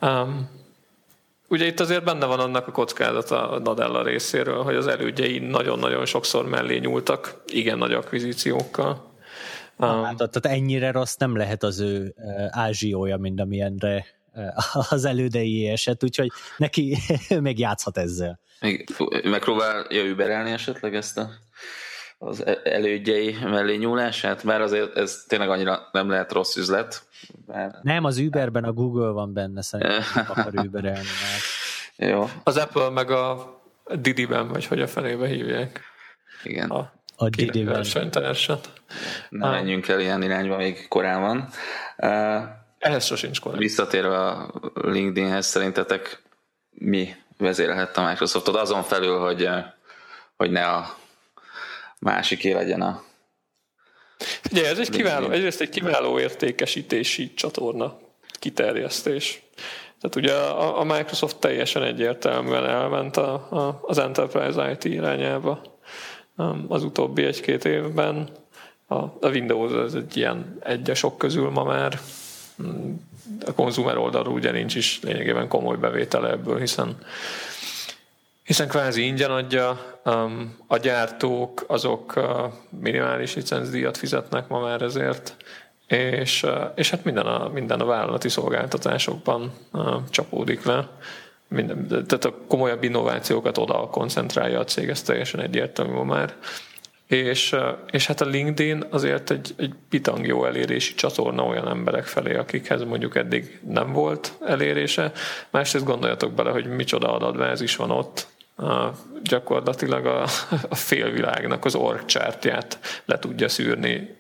S1: Ugye itt azért benne van annak a kockázata a Nadella részéről, hogy az elődjei nagyon-nagyon sokszor mellé nyúltak igen nagy akvizíciókkal.
S3: Tehát ennyire rossz nem lehet az ő ázsiója, mint amilyenre az elődei esett, úgyhogy neki még játszhat ezzel.
S2: Megpróbálja überelni esetleg ezt az elődjei mellé nyúlását? Bár azért ez tényleg annyira nem lehet rossz üzlet.
S3: Nem, az Uberben a Google van benne, szerintem nem akar überelni már.
S2: Jó.
S1: Az Apple meg a Didi-ben, vagy hogy a felébe hívják.
S2: Igen.
S3: A Didi-ben.
S1: Versenytársat.
S2: Nem menjünk el ilyen irányba, még korán van.
S1: Ehhez sosincs korán.
S2: Visszatérve a LinkedInhez, szerintetek mi vezérelhette a Microsoftot? Azon felül, hogy ne a másiké legyen a...
S1: Ugye, ez egyrészt egy kiváló értékesítési csatorna, kiterjesztés. Tehát ugye a Microsoft teljesen egyértelműen elment az Enterprise IT irányába az utóbbi 1-2 évben. A Windows az egy ilyen egyesok közül ma már a konzumer oldalról ugye nincs is lényegében komoly bevétele ebből, hiszen kvázi ingyen adja, a gyártók azok minimális licencdíjat fizetnek ma már ezért, és hát minden a vállalati szolgáltatásokban csapódik le. Tehát a komolyabb innovációkat oda koncentrálja a cég, ez teljesen egyértelmű ma már. És hát a LinkedIn azért egy bitang jó elérési csatorna olyan emberek felé, akikhez mondjuk eddig nem volt elérése. Másrészt gondoljatok bele, hogy micsoda adatbázis van ott. Gyakorlatilag a félvilágnak az org chartját le tudja szűrni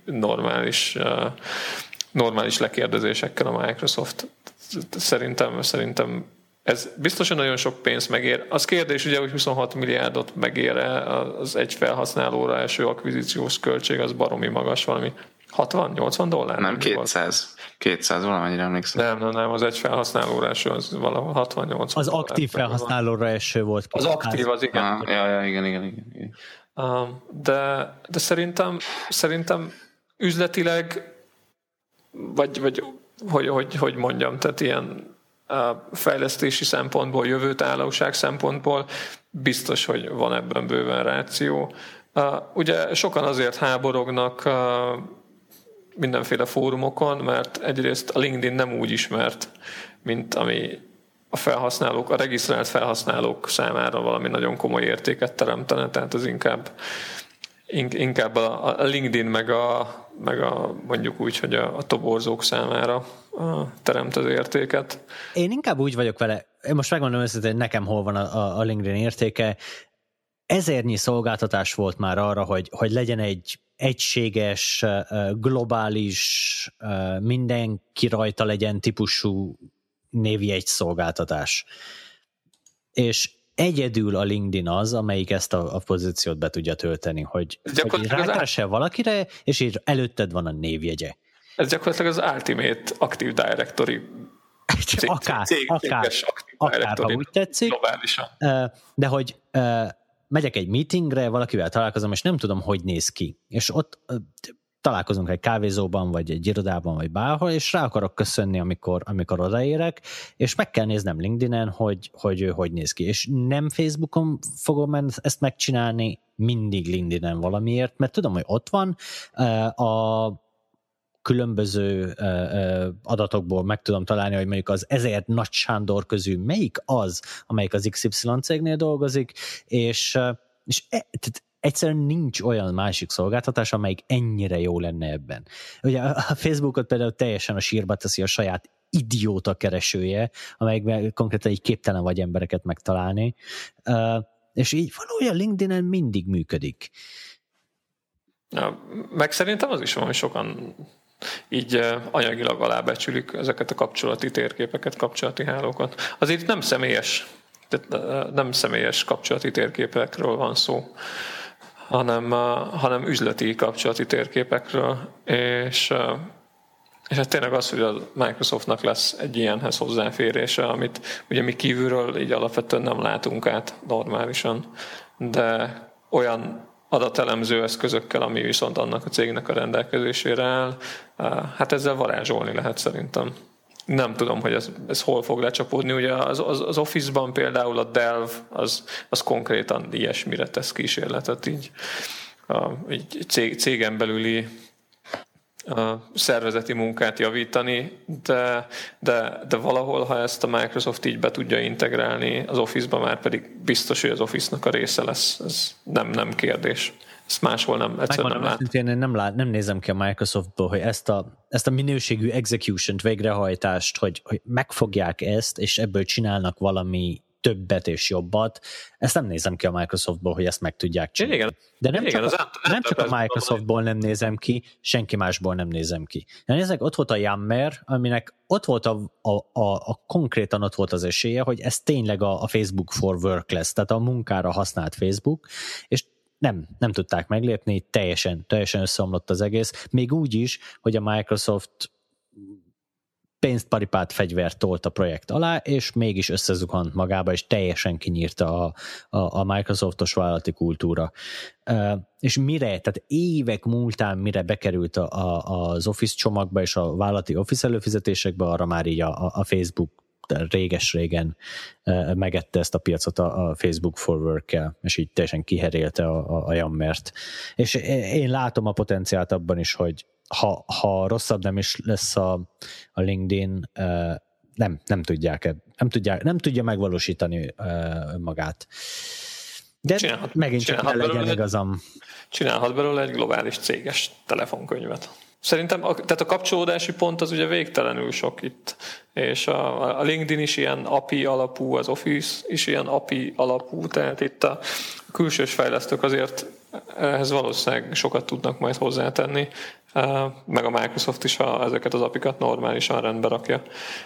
S1: normális lekérdezésekkel a Microsoft. Szerintem ez biztosan nagyon sok pénzt megér. Az kérdés ugye, hogy 26 milliárdot megér-e az egy felhasználóra első akvizíciós költség, az baromi magas, valami 60-80 $?
S2: Nem, 200 valamennyire emlékszem.
S1: Nem, az egy felhasználóra eső, az valahol 60-80
S3: Az aktív felhasználóra eső volt.
S1: Az aktív, az igen.
S2: Igen.
S1: De szerintem üzletileg, vagy hogy mondjam, tehát ilyen fejlesztési szempontból, jövőtállóság szempontból biztos, hogy van ebben bőven ráció. Ugye sokan azért háborognak mindenféle fórumokon, mert egyrészt a LinkedIn nem úgy ismert, mint ami a regisztrált felhasználók számára valami nagyon komoly értéket teremtene, tehát az inkább a LinkedIn meg a mondjuk úgy, hogy a toborzók számára teremt az értéket.
S3: Én inkább úgy vagyok vele, most megmondom őszintén, hogy nekem hol van a LinkedIn értéke. Ezernyi szolgáltatás volt már arra, hogy legyen egy egységes, globális, mindenki rajta legyen típusú névjegy szolgáltatás. És egyedül a LinkedIn az, amelyik ezt a pozíciót be tudja tölteni, hogy rákeresel valakire, és így előtted van a névjegye.
S1: Ez gyakorlatilag az Ultimate Active Directory
S3: akár ha úgy tetszik,
S1: globálisan.
S3: De hogy megyek egy meetingre, valakivel találkozom, és nem tudom, hogy néz ki. És ott találkozunk egy kávézóban, vagy egy irodában, vagy bárhol, és rá akarok köszönni, amikor odaérek, és meg kell néznem LinkedIn-en, hogy néz ki. És nem Facebookon fogom ezt megcsinálni, mindig LinkedIn-en valamiért, mert tudom, hogy ott van a különböző adatokból meg tudom találni, hogy mondjuk az 1000 Nagy Sándor közül melyik az, amelyik az XY cégnél dolgozik, és egyszerűen nincs olyan másik szolgáltatás, amelyik ennyire jó lenne ebben. Ugye a Facebookot például teljesen a sírba teszi a saját idióta keresője, amelyikben konkrétan így képtelen vagy embereket megtalálni, és így valahogy a LinkedIn-en mindig működik.
S1: Ja, meg szerintem az is van, hogy sokan így anyagilag alábecsülik ezeket a kapcsolati térképeket, kapcsolati hálókat. Azért nem személyes kapcsolati térképekről van szó, hanem üzleti kapcsolati térképekről, és hát tényleg az, hogy a Microsoftnak lesz egy ilyenhez hozzáférése, amit ugye mi kívülről így alapvetően nem látunk át normálisan, de olyan adatelemző eszközökkel, ami viszont annak a cégnek a rendelkezésére áll, hát ezzel varázsolni lehet szerintem. Nem tudom, hogy ez hol fog lecsapódni. Ugye az Office-ban például a Delve az konkrétan ilyesmire tesz kísérletet, így cégen belüli szervezeti munkát javítani, de valahol, ha ezt a Microsoft így be tudja integrálni az Office-ba, már pedig biztos, hogy az Office-nak a része lesz. Ez nem kérdés. Ezt máshol egyszerűen nem lát.
S3: Én nem nézem ki a Microsoftból, hogy ezt a minőségű execution-t, végrehajtást, hogy megfogják ezt, és ebből csinálnak valami többet és jobbat. Ezt nem nézem ki a Microsoftból, hogy ezt meg tudják csinálni.
S1: Igen,
S3: de nem csak a Microsoftból nem nézem ki, senki másból nem nézem ki. Nézzek, ott volt a Yammer, aminek ott volt konkrétan ott volt az esélye, hogy ez tényleg a Facebook for Work lesz, tehát a munkára használt Facebook, és nem tudták meglépni, teljesen összeomlott az egész, még úgy is, hogy a Microsoft pénzt, paripát, fegyvert tolt a projekt alá, és mégis összezukant magába, és teljesen kinyírta a Microsoftos vállalati kultúra. És mire, tehát évek múltán, mire bekerült az Office csomagba és a vállalati Office előfizetésekbe, arra már így a Facebook réges-régen megette ezt a piacot a Facebook for Work-kel, és így teljesen kiherélte a Yammert. És én látom a potenciált abban is, hogy ha rosszabb nem is lesz a LinkedIn, nem tudja megvalósítani magát. De megint csak legyen igazam.
S1: Csinálhat belőle egy globális céges telefonkönyvet. Szerintem tehát a kapcsolódási pont az ugye végtelenül sok itt, és a LinkedIn is ilyen API alapú, az Office is ilyen API alapú, tehát itt a külsős fejlesztők azért ehhez valószínűleg sokat tudnak majd hozzátenni, meg a Microsoft is, ha ezeket az apikat normálisan rendbe rakja.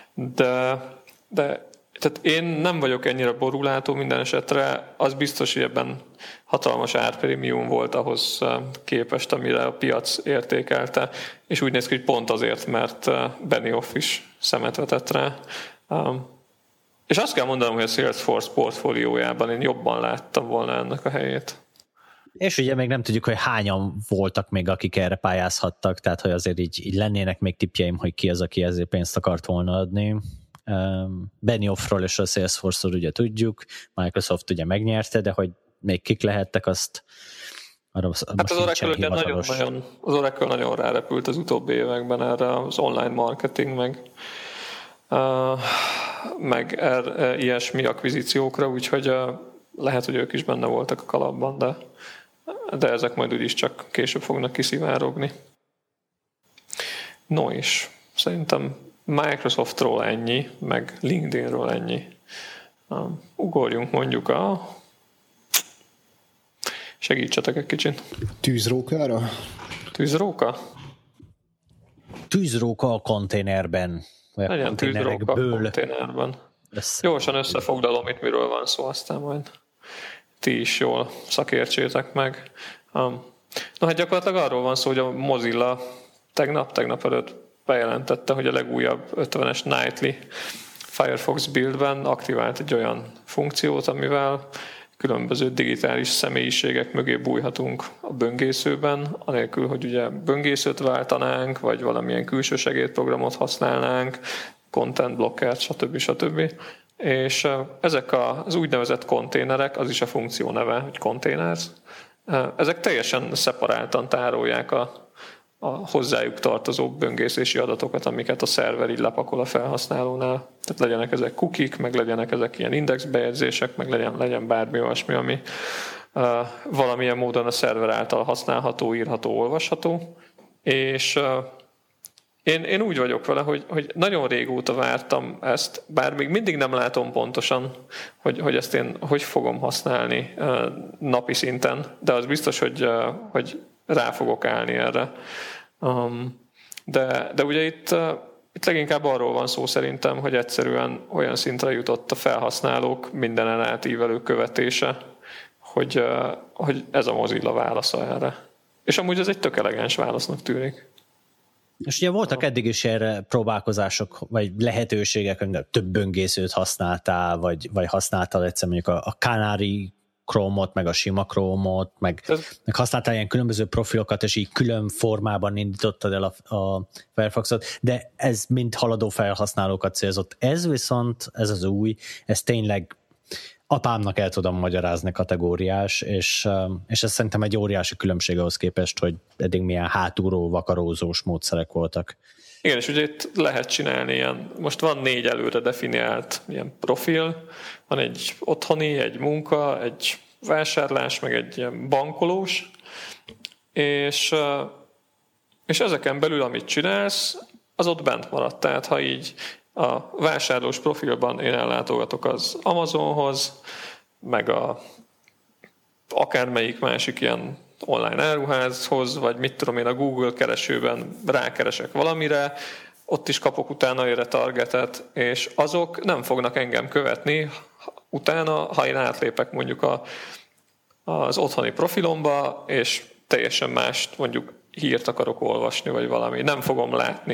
S1: De tehát én nem vagyok ennyire borulátó minden esetre, az biztos, hogy ebben hatalmas árprémium volt ahhoz képest, amire a piac értékelte, és úgy néz ki, hogy pont azért, mert Benioff is szemet vetett rá. És azt kell mondanom, hogy a Salesforce portfóliójában én jobban láttam volna ennek a helyét.
S3: És ugye még nem tudjuk, hogy hányan voltak még, akik erre pályázhattak, tehát hogy azért így lennének még tippjeim, hogy ki az, aki ezért pénzt akart volna adni. Benioffról és a Salesforce-ról ugye tudjuk, Microsoft ugye megnyerte, de hogy még kik lehettek, azt arra
S1: hát az Oracle nagyon rárepült az utóbbi években erre az online marketing, meg ilyesmi akvizíciókra, úgyhogy lehet, hogy ők is benne voltak a kalapban, de ezek majd úgyis csak később fognak kiszivárogni. No is, szerintem Microsoftról ennyi, meg LinkedInről ennyi. Ugorjunk mondjuk segítsetek egy kicsit.
S4: Tűzrókára?
S1: Tűzróka?
S3: Tűzróka a konténerben.
S1: Legyen tűzróka a konténerben. Gyorsan összefoglalom, itt miről van szó, aztán majd ti is jól szakértsétek meg. Na hát gyakorlatilag arról van szó, hogy a Mozilla tegnap előtt bejelentette, hogy a legújabb 50-es Nightly Firefox buildben aktivált egy olyan funkciót, amivel különböző digitális személyiségek mögé bújhatunk a böngészőben, anélkül, hogy ugye böngészőt váltanánk, vagy valamilyen külső segédprogramot használnánk, content blockert, stb. És ezek az úgynevezett konténerek, az is a funkció neve, hogy containers, ezek teljesen szeparáltan tárolják a hozzájuk tartozó böngészési adatokat, amiket a szerver így lepakol a felhasználónál. Tehát legyenek ezek cookie-k, meg legyenek ezek ilyen indexbejegyzések, meg legyen bármi olyasmi, ami valamilyen módon a szerver által használható, írható, olvasható. És én úgy vagyok vele, hogy nagyon régóta vártam ezt, bár még mindig nem látom pontosan, hogy ezt én hogy fogom használni napi szinten, de az biztos, hogy rá fogok állni erre. De ugye itt leginkább arról van szó szerintem, hogy egyszerűen olyan szintre jutott a felhasználók mindenen átívelő követése, hogy ez a Mozilla válasza erre. És amúgy ez egy tök elegáns válasznak tűnik.
S3: És ugye voltak eddig is erre próbálkozások, vagy lehetőségek, hogy több böngészőt használtál, vagy használtál egyszer mondjuk a Canary Chrome-ot, meg a sima Chrome-ot, meg használtál ilyen különböző profilokat, és így külön formában indítottad el a Firefoxot, de ez mind haladó felhasználókat célzott. Ez viszont, ez az új, ez tényleg apámnak el tudom magyarázni kategóriás, és ez szerintem egy óriási különbség ahhoz képest, hogy eddig milyen hátulról vakarózós módszerek voltak.
S1: Igen, és ugye itt lehet csinálni ilyen, most van 4 előre definiált ilyen profil, van egy otthoni, egy munka, egy vásárlás, meg egy ilyen bankolós, és ezeken belül, amit csinálsz, az ott bent maradt. Tehát ha így a vásárlós profilban én ellátogatok az Amazonhoz, meg akármelyik másik ilyen online áruházhoz, vagy mit tudom én, a Google keresőben rákeresek valamire, ott is kapok utána erre targetet, és azok nem fognak engem követni utána, ha én átlépek mondjuk az otthoni profilomba, és teljesen mást, mondjuk hírt akarok olvasni, vagy valami. Nem fogom látni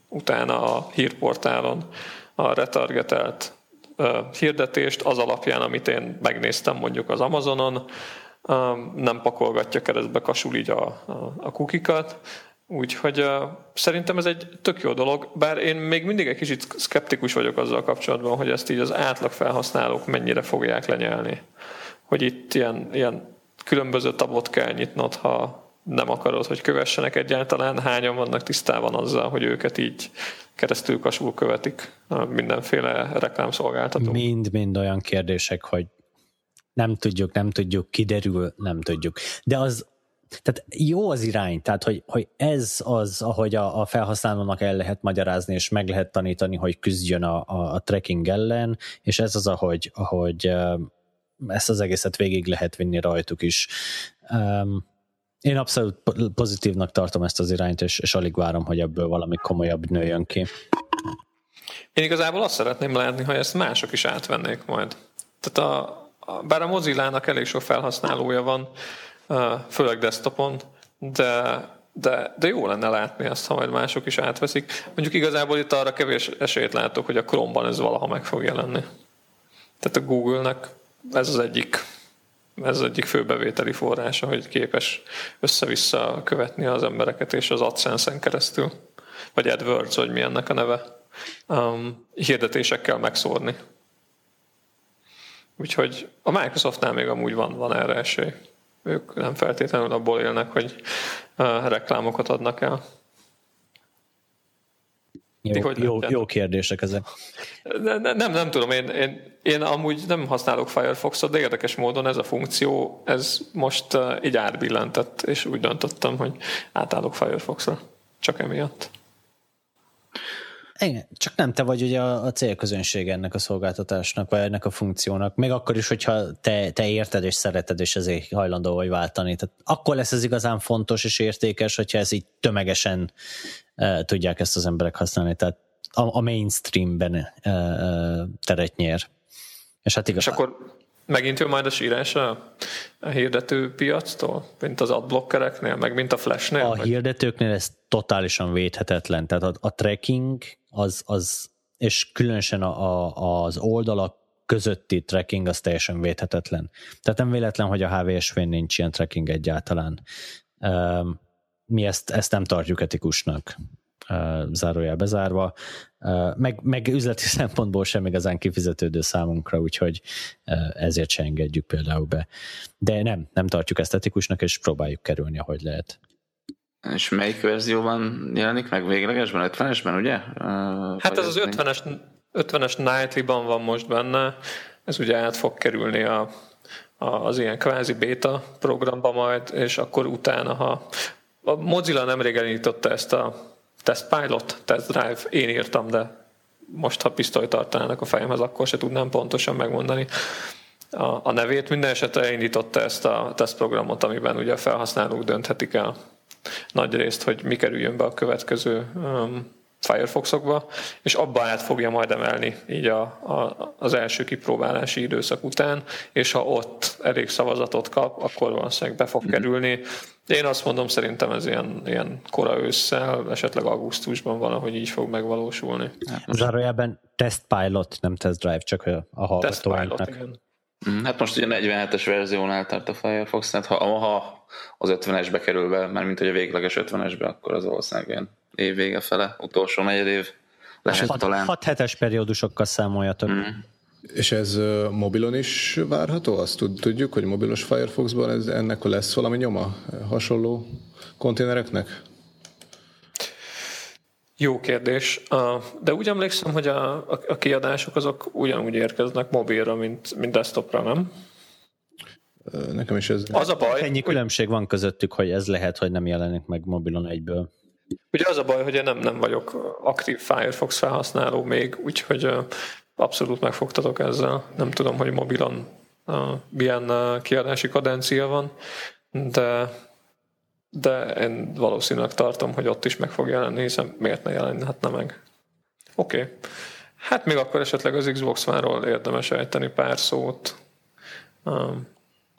S1: utána a hírportálon a retargetelt hirdetést az alapján, amit én megnéztem mondjuk az Amazonon, nem pakolgatja keresztbe kasul így a kukikat, úgyhogy szerintem ez egy tök jó dolog, bár én még mindig egy kicsit szkeptikus vagyok azzal kapcsolatban, hogy ezt így az átlag felhasználók mennyire fogják lenyelni. Hogy itt ilyen különböző tabot kell nyitnod, ha nem akarod, hogy kövessenek egyáltalán, hányan vannak tisztában azzal, hogy őket így keresztül kasul követik mindenféle reklámszolgáltatók.
S3: Mind olyan kérdések, hogy nem tudjuk, kiderül, nem tudjuk. De az, tehát jó az irány, tehát hogy ez az, ahogy a felhasználónak el lehet magyarázni, és meg lehet tanítani, hogy küzdjön a tracking ellen, és ez az, ahogy ezt az egészet végig lehet vinni rajtuk is. Én abszolút pozitívnak tartom ezt az irányt, és alig várom, hogy ebből valami komolyabb nőjön ki.
S1: Én igazából azt szeretném látni, hogy ezt mások is átvennék majd. Tehát bár a Mozillának elég sok felhasználója van, főleg desktopon, de jó lenne látni ezt, ha majd mások is átveszik. Mondjuk igazából itt arra kevés esélyt látok, hogy a Chrome-ban ez valaha meg fog jelenni. Tehát a Google-nek ez az egyik fő bevételi forrása, hogy képes össze-vissza követni az embereket, és az AdSense-en keresztül, vagy AdWords, vagy mi ennek a neve, hirdetésekkel megszórni. Úgyhogy a Microsoftnál még amúgy van erre esély. Ők nem feltétlenül abból élnek, hogy reklámokat adnak el.
S3: Jó kérdések ezek.
S1: Nem tudom, én amúgy nem használok Firefoxot, de érdekes módon ez a funkció, ez most így átbillentett, és úgy döntöttem, hogy átállok Firefoxra. Csak emiatt.
S3: Igen, csak nem te vagy ugye a célközönség ennek a szolgáltatásnak, vagy ennek a funkciónak. Még akkor is, hogyha te érted és szereted, és ezért hajlandó vagy váltani. Tehát akkor lesz ez igazán fontos és értékes, hogyha ez így tömegesen tudják ezt az emberek használni. Tehát a mainstreamben teret nyer. És hát igazán...
S1: És akkor megint jön majd a sírás a hirdető piactól, mint az adblockereknél, meg mint a Flashnél?
S3: A hirdetőknél ez totálisan védhetetlen. Tehát a tracking az és különösen az oldalak közötti tracking az teljesen védhetetlen. Tehát nem véletlen, hogy a HVSV-n nincs ilyen tracking egyáltalán. Mi ezt nem tartjuk etikusnak, zárójel bezárva, meg üzleti szempontból sem igazán kifizetődő számunkra, úgyhogy ezért se engedjük például be. De nem tartjuk ezt etikusnak, és próbáljuk kerülni, ahogy lehet.
S2: És melyik verzióban jelenik meg véglegesben? 50-esben, ugye?
S1: Hát ez az 50-es Nightly-ban van most benne, ez ugye át fog kerülni az ilyen kvázi beta programba majd, és akkor utána, ha a Mozilla nemrég elindította ezt a Test Pilot, Test Drive, én írtam, de most, ha pisztolyt tartanának a fejemhez, akkor se tudnám pontosan megmondani a nevét. Minden esetre elindította ezt a tesztprogramot, amiben ugye a felhasználók dönthetik el nagy részt, hogy mi kerüljön be a következő Firefoxokba, és abba át fogja majd emelni így az első kipróbálási időszak után, és ha ott elég szavazatot kap, akkor valószínűleg be fog kerülni. Én azt mondom, szerintem ez ilyen kora ősszel, esetleg augusztusban valahogy így fog megvalósulni.
S3: Zárójában Test Pilot, nem Test Drive, csak a
S1: hallgatóinknak.
S2: Hát most ugye 47-es verziónál tart a Firefox, tehát ha az 50-esbe kerül be, mármint hogy a végleges 50-esbe, akkor az valószínűleg ilyen év vége fele, utolsó negyedév lehet talán.
S3: 6 hetes periódusokkal számoljatok.
S4: És ez mobilon is várható? Azt tudjuk, hogy mobilos Firefoxban ennek lesz valami nyoma hasonló konténereknek?
S1: Jó kérdés, de úgy emlékszem, hogy a kiadások azok ugyanúgy érkeznek mobilra, mint desktopra, nem?
S4: Nekem is ez...
S1: Az a baj,
S3: ennyi különbség van közöttük, hogy ez lehet, hogy nem jelenik meg mobilon egyből.
S1: Ugye az a baj, hogy én nem vagyok aktív Firefox felhasználó még, úgyhogy abszolút megfogtatok ezzel. Nem tudom, hogy mobilon milyen kiadási kadencia van, de én valószínűleg tartom, hogy ott is meg fog jelenni, hiszen miért ne jelenhetne meg. Oké. Hát még akkor esetleg az Xbox One-ról érdemes ejteni pár szót.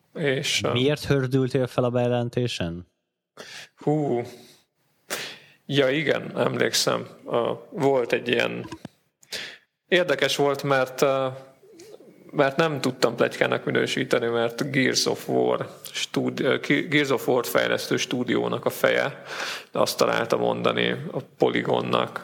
S1: És,
S3: miért hördültél fel a bejelentésen?
S1: Ja igen, emlékszem. Volt egy ilyen... Érdekes volt, mert nem tudtam pletykának minősíteni, mert Gears of War fejlesztő stúdiónak a feje azt találta mondani a Polygonnak,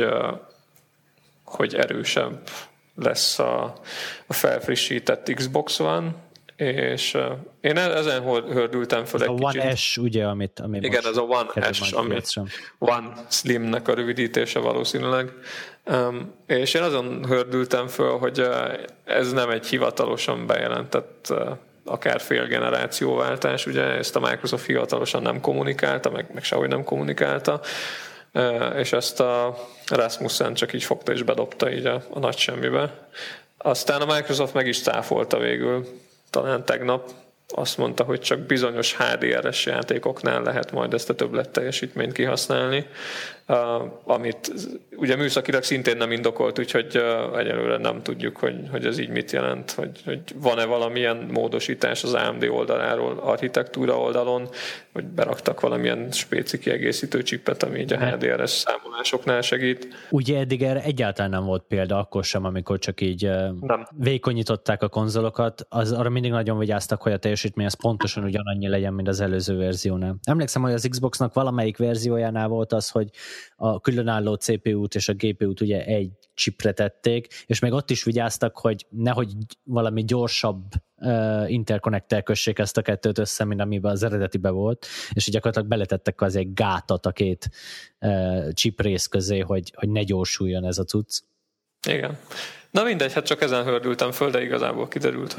S1: hogy erősebb lesz a felfrissített Xbox One, és én ezen hördültem föl egy kicsit.
S3: A One S, ugye, ami
S1: igen, ez a One S, ami One Slimnek a rövidítése valószínűleg. És én azon hördültem föl, hogy ez nem egy hivatalosan bejelentett akár félgenerációváltás, ugye ezt a Microsoft hivatalosan nem kommunikálta, meg sehogy nem kommunikálta, és ezt a Rasmussen csak így fogta és bedobta így a nagy semmibe. Aztán a Microsoft meg is cáfolta végül, talán tegnap, azt mondta, hogy csak bizonyos HDR-es játékoknál lehet majd ezt a többletteljesítményt kihasználni, amit ugye műszakilag szintén nem indokolt, úgyhogy egyelőre nem tudjuk, hogy ez így mit jelent, hogy van-e valamilyen módosítás az AMD oldaláról, architektúra oldalon, hogy beraktak valamilyen spéci kiegészítő csippet, ami így a HDR-es számolásoknál segít.
S3: Ugye eddig erre egyáltalán nem volt példa, akkor sem, amikor csak így vékonyították a konzolokat, arra mindig nagyon vigyáztak, hogy a teljesítmény az pontosan ugyanannyi legyen, mint az előző verziónál. Emlékszem, hogy az Xboxnak valamelyik verziójánál volt az, hogy a különálló CPU-t és a GPU-t ugye egy chipre tették, és még ott is vigyáztak, hogy nehogy valami gyorsabb interkonnektel kössék ezt a kettőt össze, mint amiben az eredetiben volt, és gyakorlatilag beletettek az egy gátat a két chip rész közé, hogy ne gyorsuljon ez a cucc.
S1: Igen. Na mindegy, hát csak ezen hördültem föl, de igazából kiderült,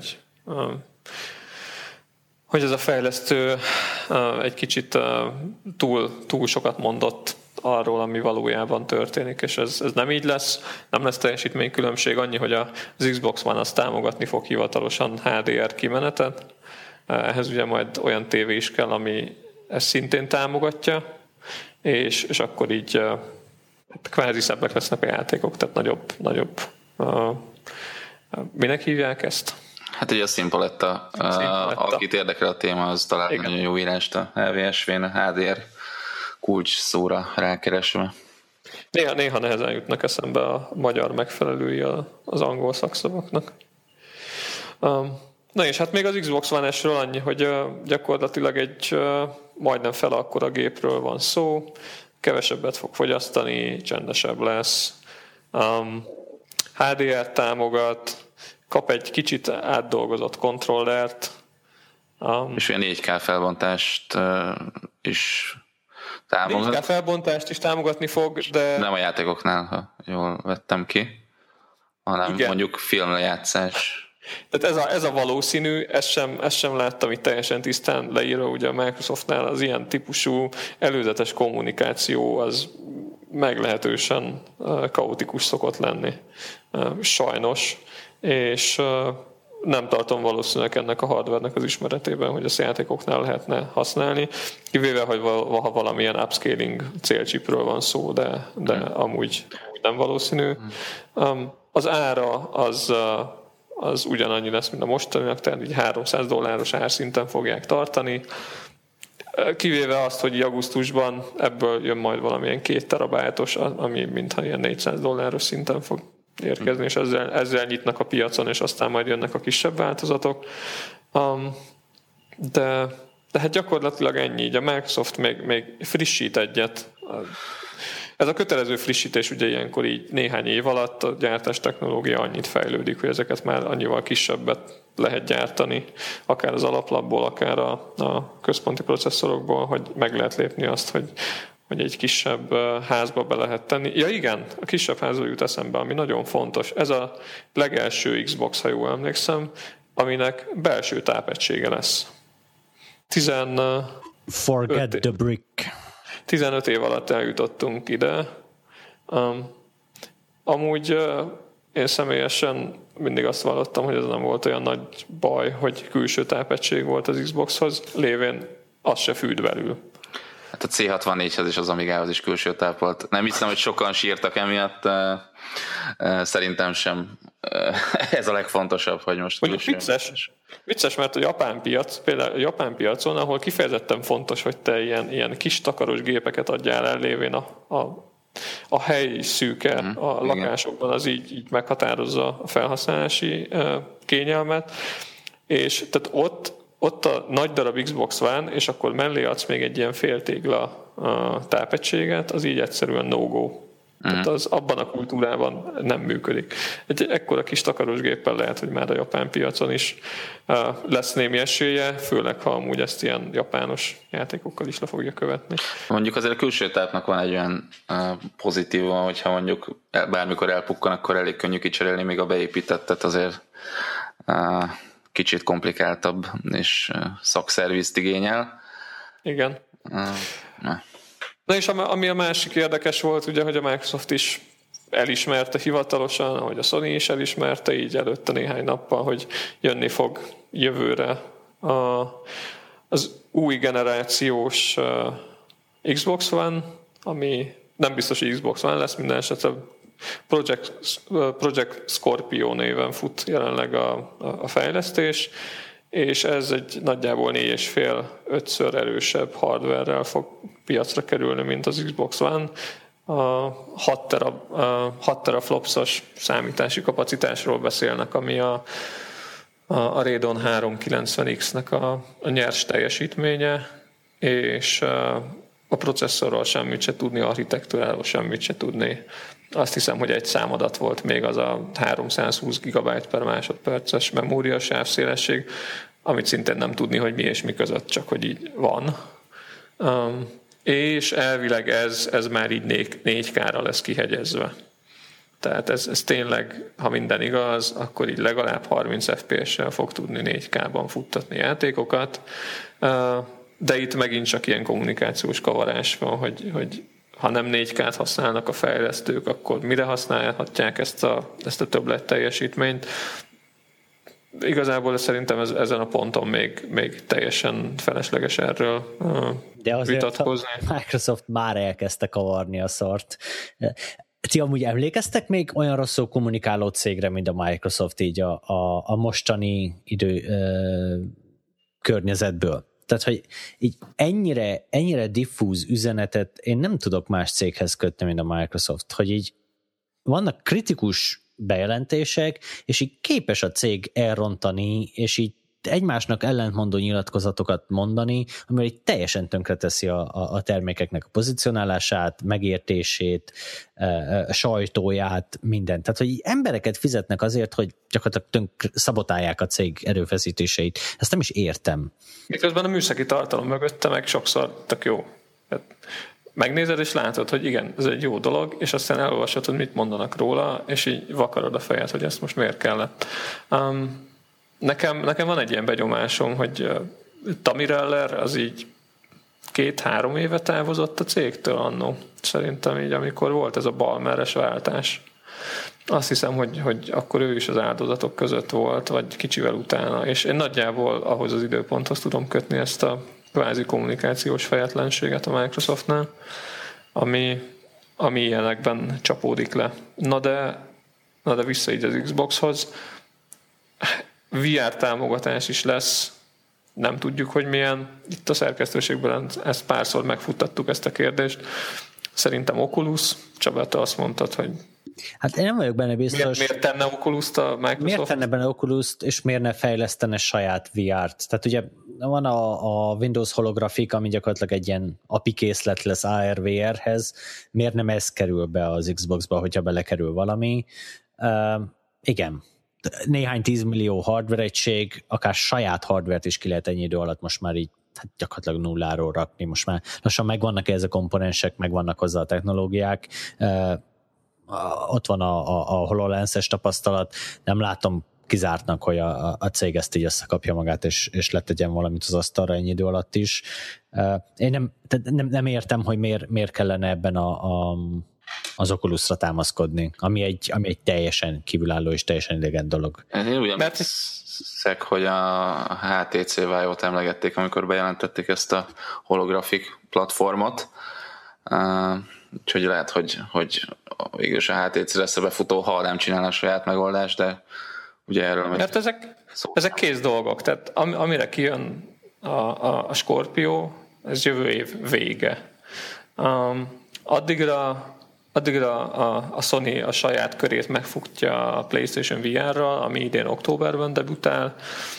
S1: hogy ez a fejlesztő egy kicsit túl sokat mondott arról, ami valójában történik, és ez nem így lesz, nem lesz teljesítménykülönbség, annyi, hogy az Xbox One azt támogatni fog hivatalosan HDR kimenetet, ehhez ugye majd olyan tévé is kell, ami ezt szintén támogatja, és akkor így kvázi szebbek lesznek a játékok, tehát nagyobb minek hívják ezt?
S2: Hát ugye a Színpaletta. Akit érdekel a téma, az talán nagyon jó írást a LVSV-n, a HDR kulcs szóra rákeresve.
S1: Néha nehezen jutnak eszembe a magyar megfelelői az angol szakszavaknak. Na és hát még az Xbox One S-ről annyi, hogy gyakorlatilag egy majdnem fele akkora gépről van szó, kevesebbet fog fogyasztani, csendesebb lesz, HDR támogat, kap egy kicsit átdolgozott kontrollert.
S2: És olyan 4K felbontást is támogat.
S1: 4K felbontást is támogatni fog, de...
S2: Nem a játékoknál, ha jól vettem ki, hanem igen. Mondjuk filmlejátszás.
S1: Tehát ez a valószínű, ezt sem láttam itt teljesen tisztán leírva, ugye a Microsoftnál az ilyen típusú előzetes kommunikáció az meglehetősen kaotikus szokott lenni. Sajnos. És nem tartom valószínűleg ennek a hardware-nek az ismeretében, hogy ezt játékoknál lehetne használni, kivéve, hogy ha valamilyen upscaling célcsipről van szó, de amúgy nem valószínű. Az ára az ugyanannyi lesz, mint a mostaninak, tehát így $300 árszinten fogják tartani, kivéve azt, hogy augusztusban ebből jön majd valamilyen 2 terabájtos, ami mintha ilyen $400 szinten fog érkezni, és ezzel nyitnak a piacon, és aztán majd jönnek a kisebb változatok. De hát gyakorlatilag ennyi. Így a Microsoft még frissít egyet. Ez a kötelező frissítés ugye ilyenkor így néhány év alatt a gyártás technológia annyit fejlődik, hogy ezeket már annyival kisebbet lehet gyártani, akár az alaplapból, akár a központi processzorokból, hogy meg lehet lépni azt, hogy egy kisebb házba be lehet tenni. Ja igen, a kisebb házba jut eszembe, ami nagyon fontos. Ez a legelső Xbox, ha jól emlékszem, aminek belső tápegysége lesz. 15 év alatt eljutottunk ide. Amúgy én személyesen mindig azt vallottam, hogy ez nem volt olyan nagy baj, hogy külső tápegység volt az Xboxhoz, lévén az se fűt belül.
S2: Hát a C64-hez és az Amigához is külső táp volt. Nem hiszem, hogy sokan sírtak emiatt, szerintem sem. Ez a legfontosabb, hogy most külső.
S1: Vicces, mert a japán piac, például a japán piacon, ahol kifejezetten fontos, hogy te ilyen kis takaros gépeket adjál el, lévén a hely szűke a lakásokban, az így meghatározza a felhasználási kényelmet, és tehát ott a nagy darab Xbox One, és akkor mellé adsz még egy ilyen féltégla tápegységet, az így egyszerűen no-go. Tehát az abban a kultúrában nem működik. Egy ekkora kis takaros géppel lehet, hogy már a japán piacon is lesz némi esélye, főleg ha amúgy ezt ilyen japános játékokkal is le fogja követni.
S2: Mondjuk azért a külső tápnak van egy olyan pozitívum, hogyha mondjuk bármikor elpukkan, akkor elég könnyű kicserélni, még a beépítettet azért kicsit komplikáltabb és szakszervizt igényel.
S1: Igen. Na és ami a másik érdekes volt, ugye, hogy a Microsoft is elismerte hivatalosan, ahogy a Sony is elismerte, így előtte néhány nappal, hogy jönni fog jövőre az új generációs Xbox One, ami nem biztos, hogy Xbox One lesz, minden esetre Project Scorpio néven fut jelenleg a fejlesztés, és ez egy nagyjából 4,5-5-ször erősebb hardware-rel fog piacra kerülni, mint az Xbox One. A 6 teraflopsos számítási kapacitásról beszélnek, ami a Radeon 390X-nek a nyers teljesítménye, és a processzorról semmit se tudni, architektúráról semmit se tudni. Azt hiszem, hogy egy számadat volt még az a 320 GB per másodperces memória sávszélesség, amit szintén nem tudni, hogy mi és mi között, csak hogy így van. És elvileg ez már így 4K-ra lesz kihegyezve. Tehát ez tényleg, ha minden igaz, akkor így legalább 30 FPS-sel fog tudni 4K-ban futtatni játékokat. De itt megint csak ilyen kommunikációs kavarás van, hogy ha nem 4K-t használnak a fejlesztők, akkor mire használhatják ezt a többlet teljesítményt. Igazából szerintem ezen a ponton még teljesen felesleges erről
S3: de azért
S1: vitatkozni.
S3: A Microsoft már elkezdte kavarni a szart. Ti amúgy emlékeztek még olyan rosszul kommunikáló cégre, mint a Microsoft így a mostani környezetből? Tehát, hogy így ennyire diffúz üzenetet én nem tudok más céghez kötni, mint a Microsoft, hogy így vannak kritikus bejelentések, és így képes a cég elrontani, és így egymásnak ellentmondó nyilatkozatokat mondani, amivel így teljesen tönkreteszi a termékeknek a pozicionálását, megértését, a sajtóját, mindent. Tehát, hogy embereket fizetnek azért, hogy gyakorlatilag szabotálják a cég erőfeszítéseit. Ezt nem is értem.
S1: Miközben a műszaki tartalom mögötte meg sokszor tök jó. Megnézed és látod, hogy igen, ez egy jó dolog, és aztán elolvasod, hogy mit mondanak róla, és így vakarod a fejed, hogy ezt most miért kellett. Nekem van egy ilyen begyomásom, hogy Tamireller az így 2-3 éve távozott a cégtől annó. Szerintem így, amikor volt ez a Ballmeres váltás. Azt hiszem, hogy akkor ő is az áldozatok között volt, vagy kicsivel utána, és én nagyjából ahhoz az időponthoz tudom kötni ezt a kvázi kommunikációs fejetlenséget a Microsoftnál, ami ilyenekben csapódik le. Na de vissza így az Xboxhoz. VR támogatás is lesz, nem tudjuk, hogy milyen. Itt a szerkesztőségben ezt párszor megfuttattuk, ezt a kérdést. Szerintem Oculus. Csaba, te azt mondtad, hogy
S3: hát én nem vagyok benne biztos.
S1: Miért tenne Oculus-t a Microsoft?
S3: Miért tenne benne Oculus-t, és miért ne fejlesztene saját VR-t? Tehát ugye van a Windows holografik, ami gyakorlatilag egy ilyen API készlet lesz AR-VR-hez. Miért nem ez kerül be az Xbox-ba, hogyha belekerül valami? Igen. Néhány 10 millió hardware egység, akár saját hardware-t is ki lehet ennyi idő alatt most már így gyakorlatilag nulláról rakni. Most már lassan megvannak ez a komponensek, megvannak hozzá a technológiák. Ott van a HoloLens-es tapasztalat. Nem látom kizártnak, hogy a cég ezt így összekapja magát, és letegyen valamit az asztalra ennyi idő alatt is. Én nem értem, hogy miért kellene ebben az Oculusra támaszkodni, ami egy teljesen kívülálló és teljesen idegen dolog.
S2: Én úgy emlékszek, hogy a HTC Vive-ot emlegették, amikor bejelentették ezt a holografik platformot, úgyhogy lehet, hogy végülis a HTC lesz a befutó, ha nem csinál a saját megoldást, de ugye erről...
S1: Mert ezek kész dolgok, tehát amire kijön a Scorpio, ez jövő év vége. Addigra a Sony a saját körét megfutja a PlayStation VR-ral, ami idén októberben debütál,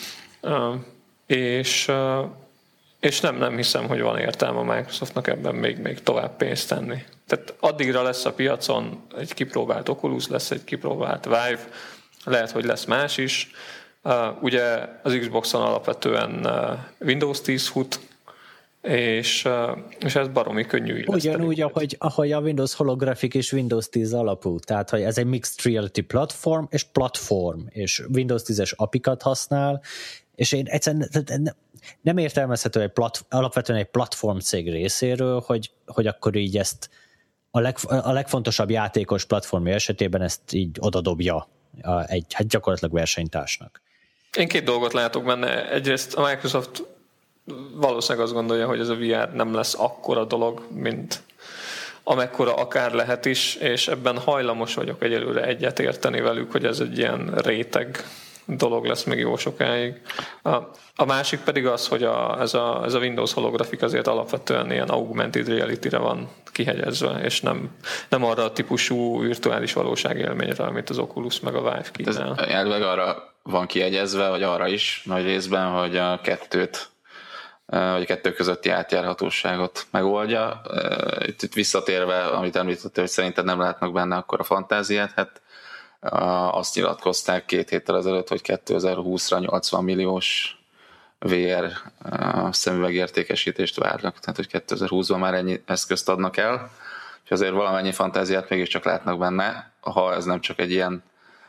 S1: és nem hiszem, hogy van értelme a Microsoftnak ebben még tovább pénzt tenni. Tehát addigra lesz a piacon egy kipróbált Oculus, lesz egy kipróbált Vive, lehet, hogy lesz más is. Ugye az Xboxon alapvetően Windows 10 fut, és ez baromi könnyű.
S3: Ugyanúgy, ahogy a Windows holografik és Windows 10 alapú, tehát hogy ez egy mixed reality platform, és Windows 10-es apikat használ, és én egyszerűen nem értelmezhető alapvetően egy platform cég részéről, hogy akkor így ezt a legfontosabb játékos platformja esetében ezt így odadobja egy gyakorlatilag versenytársnak.
S1: Én két dolgot látok benne. Egyrészt a Microsoft valószínűleg azt gondolja, hogy ez a VR nem lesz akkora dolog, mint amekkora akár lehet is, és ebben hajlamos vagyok egyelőre egyetérteni velük, hogy ez egy ilyen réteg dolog lesz még jó sokáig. A másik pedig az, hogy ez a Windows holografik azért alapvetően ilyen augmented reality-re van kihegyezve, és nem arra a típusú virtuális valóságélményre, amit az Oculus meg a Vive kínál.
S2: Ez elvileg arra van kiegyezve, vagy arra is nagy részben, hogy a kettő közötti átjárhatóságot megoldja. Itt visszatérve, amit említettél, hogy szerinted nem látnak benne akkor a fantáziát, hát azt nyilatkozták 2 héttel ezelőtt, hogy 2020-ra 80 milliós VR szemüvegértékesítést várnak, tehát hogy 2020-ban már ennyi eszközt adnak el, és azért valamennyi fantáziát mégiscsak látnak benne, ha ez nem csak egy ilyen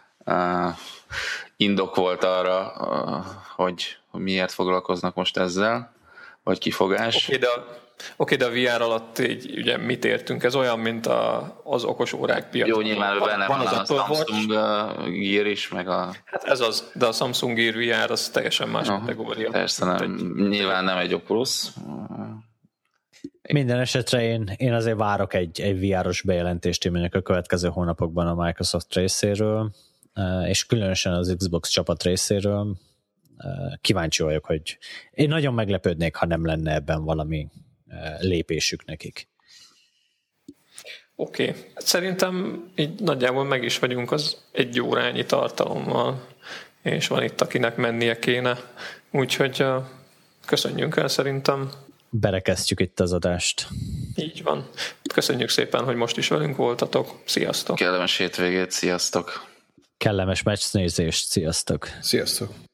S2: indok volt arra, hogy miért foglalkoznak most ezzel, vagy kifogás.
S1: Oké, de a VR alatt így ugye mit értünk? Ez olyan, mint az okos órák piac.
S2: Jó, nyilván benne van a Samsung Gear is, meg a...
S1: Hát ez az, de a Samsung Gear VR az teljesen más kategória.
S2: Persze, nyilván nem egy Oculus.
S3: Minden esetre én azért várok egy VR-os bejelentést a következő hónapokban a Microsoft részéről, és különösen az Xbox csapat részéről. Kíváncsi vagyok, hogy én nagyon meglepődnék, ha nem lenne ebben valami lépésük nekik.
S1: Oké. Szerintem így nagyjából meg is vagyunk az 1 órányi tartalommal, és van itt, akinek mennie kéne. Úgyhogy köszönjünk el szerintem.
S3: Berekeztjük itt az adást.
S1: Így van. Köszönjük szépen, hogy most is velünk voltatok. Sziasztok!
S2: Kellemes hétvégét, sziasztok!
S3: Kellemes meccsnézést, sziasztok!
S4: Sziasztok!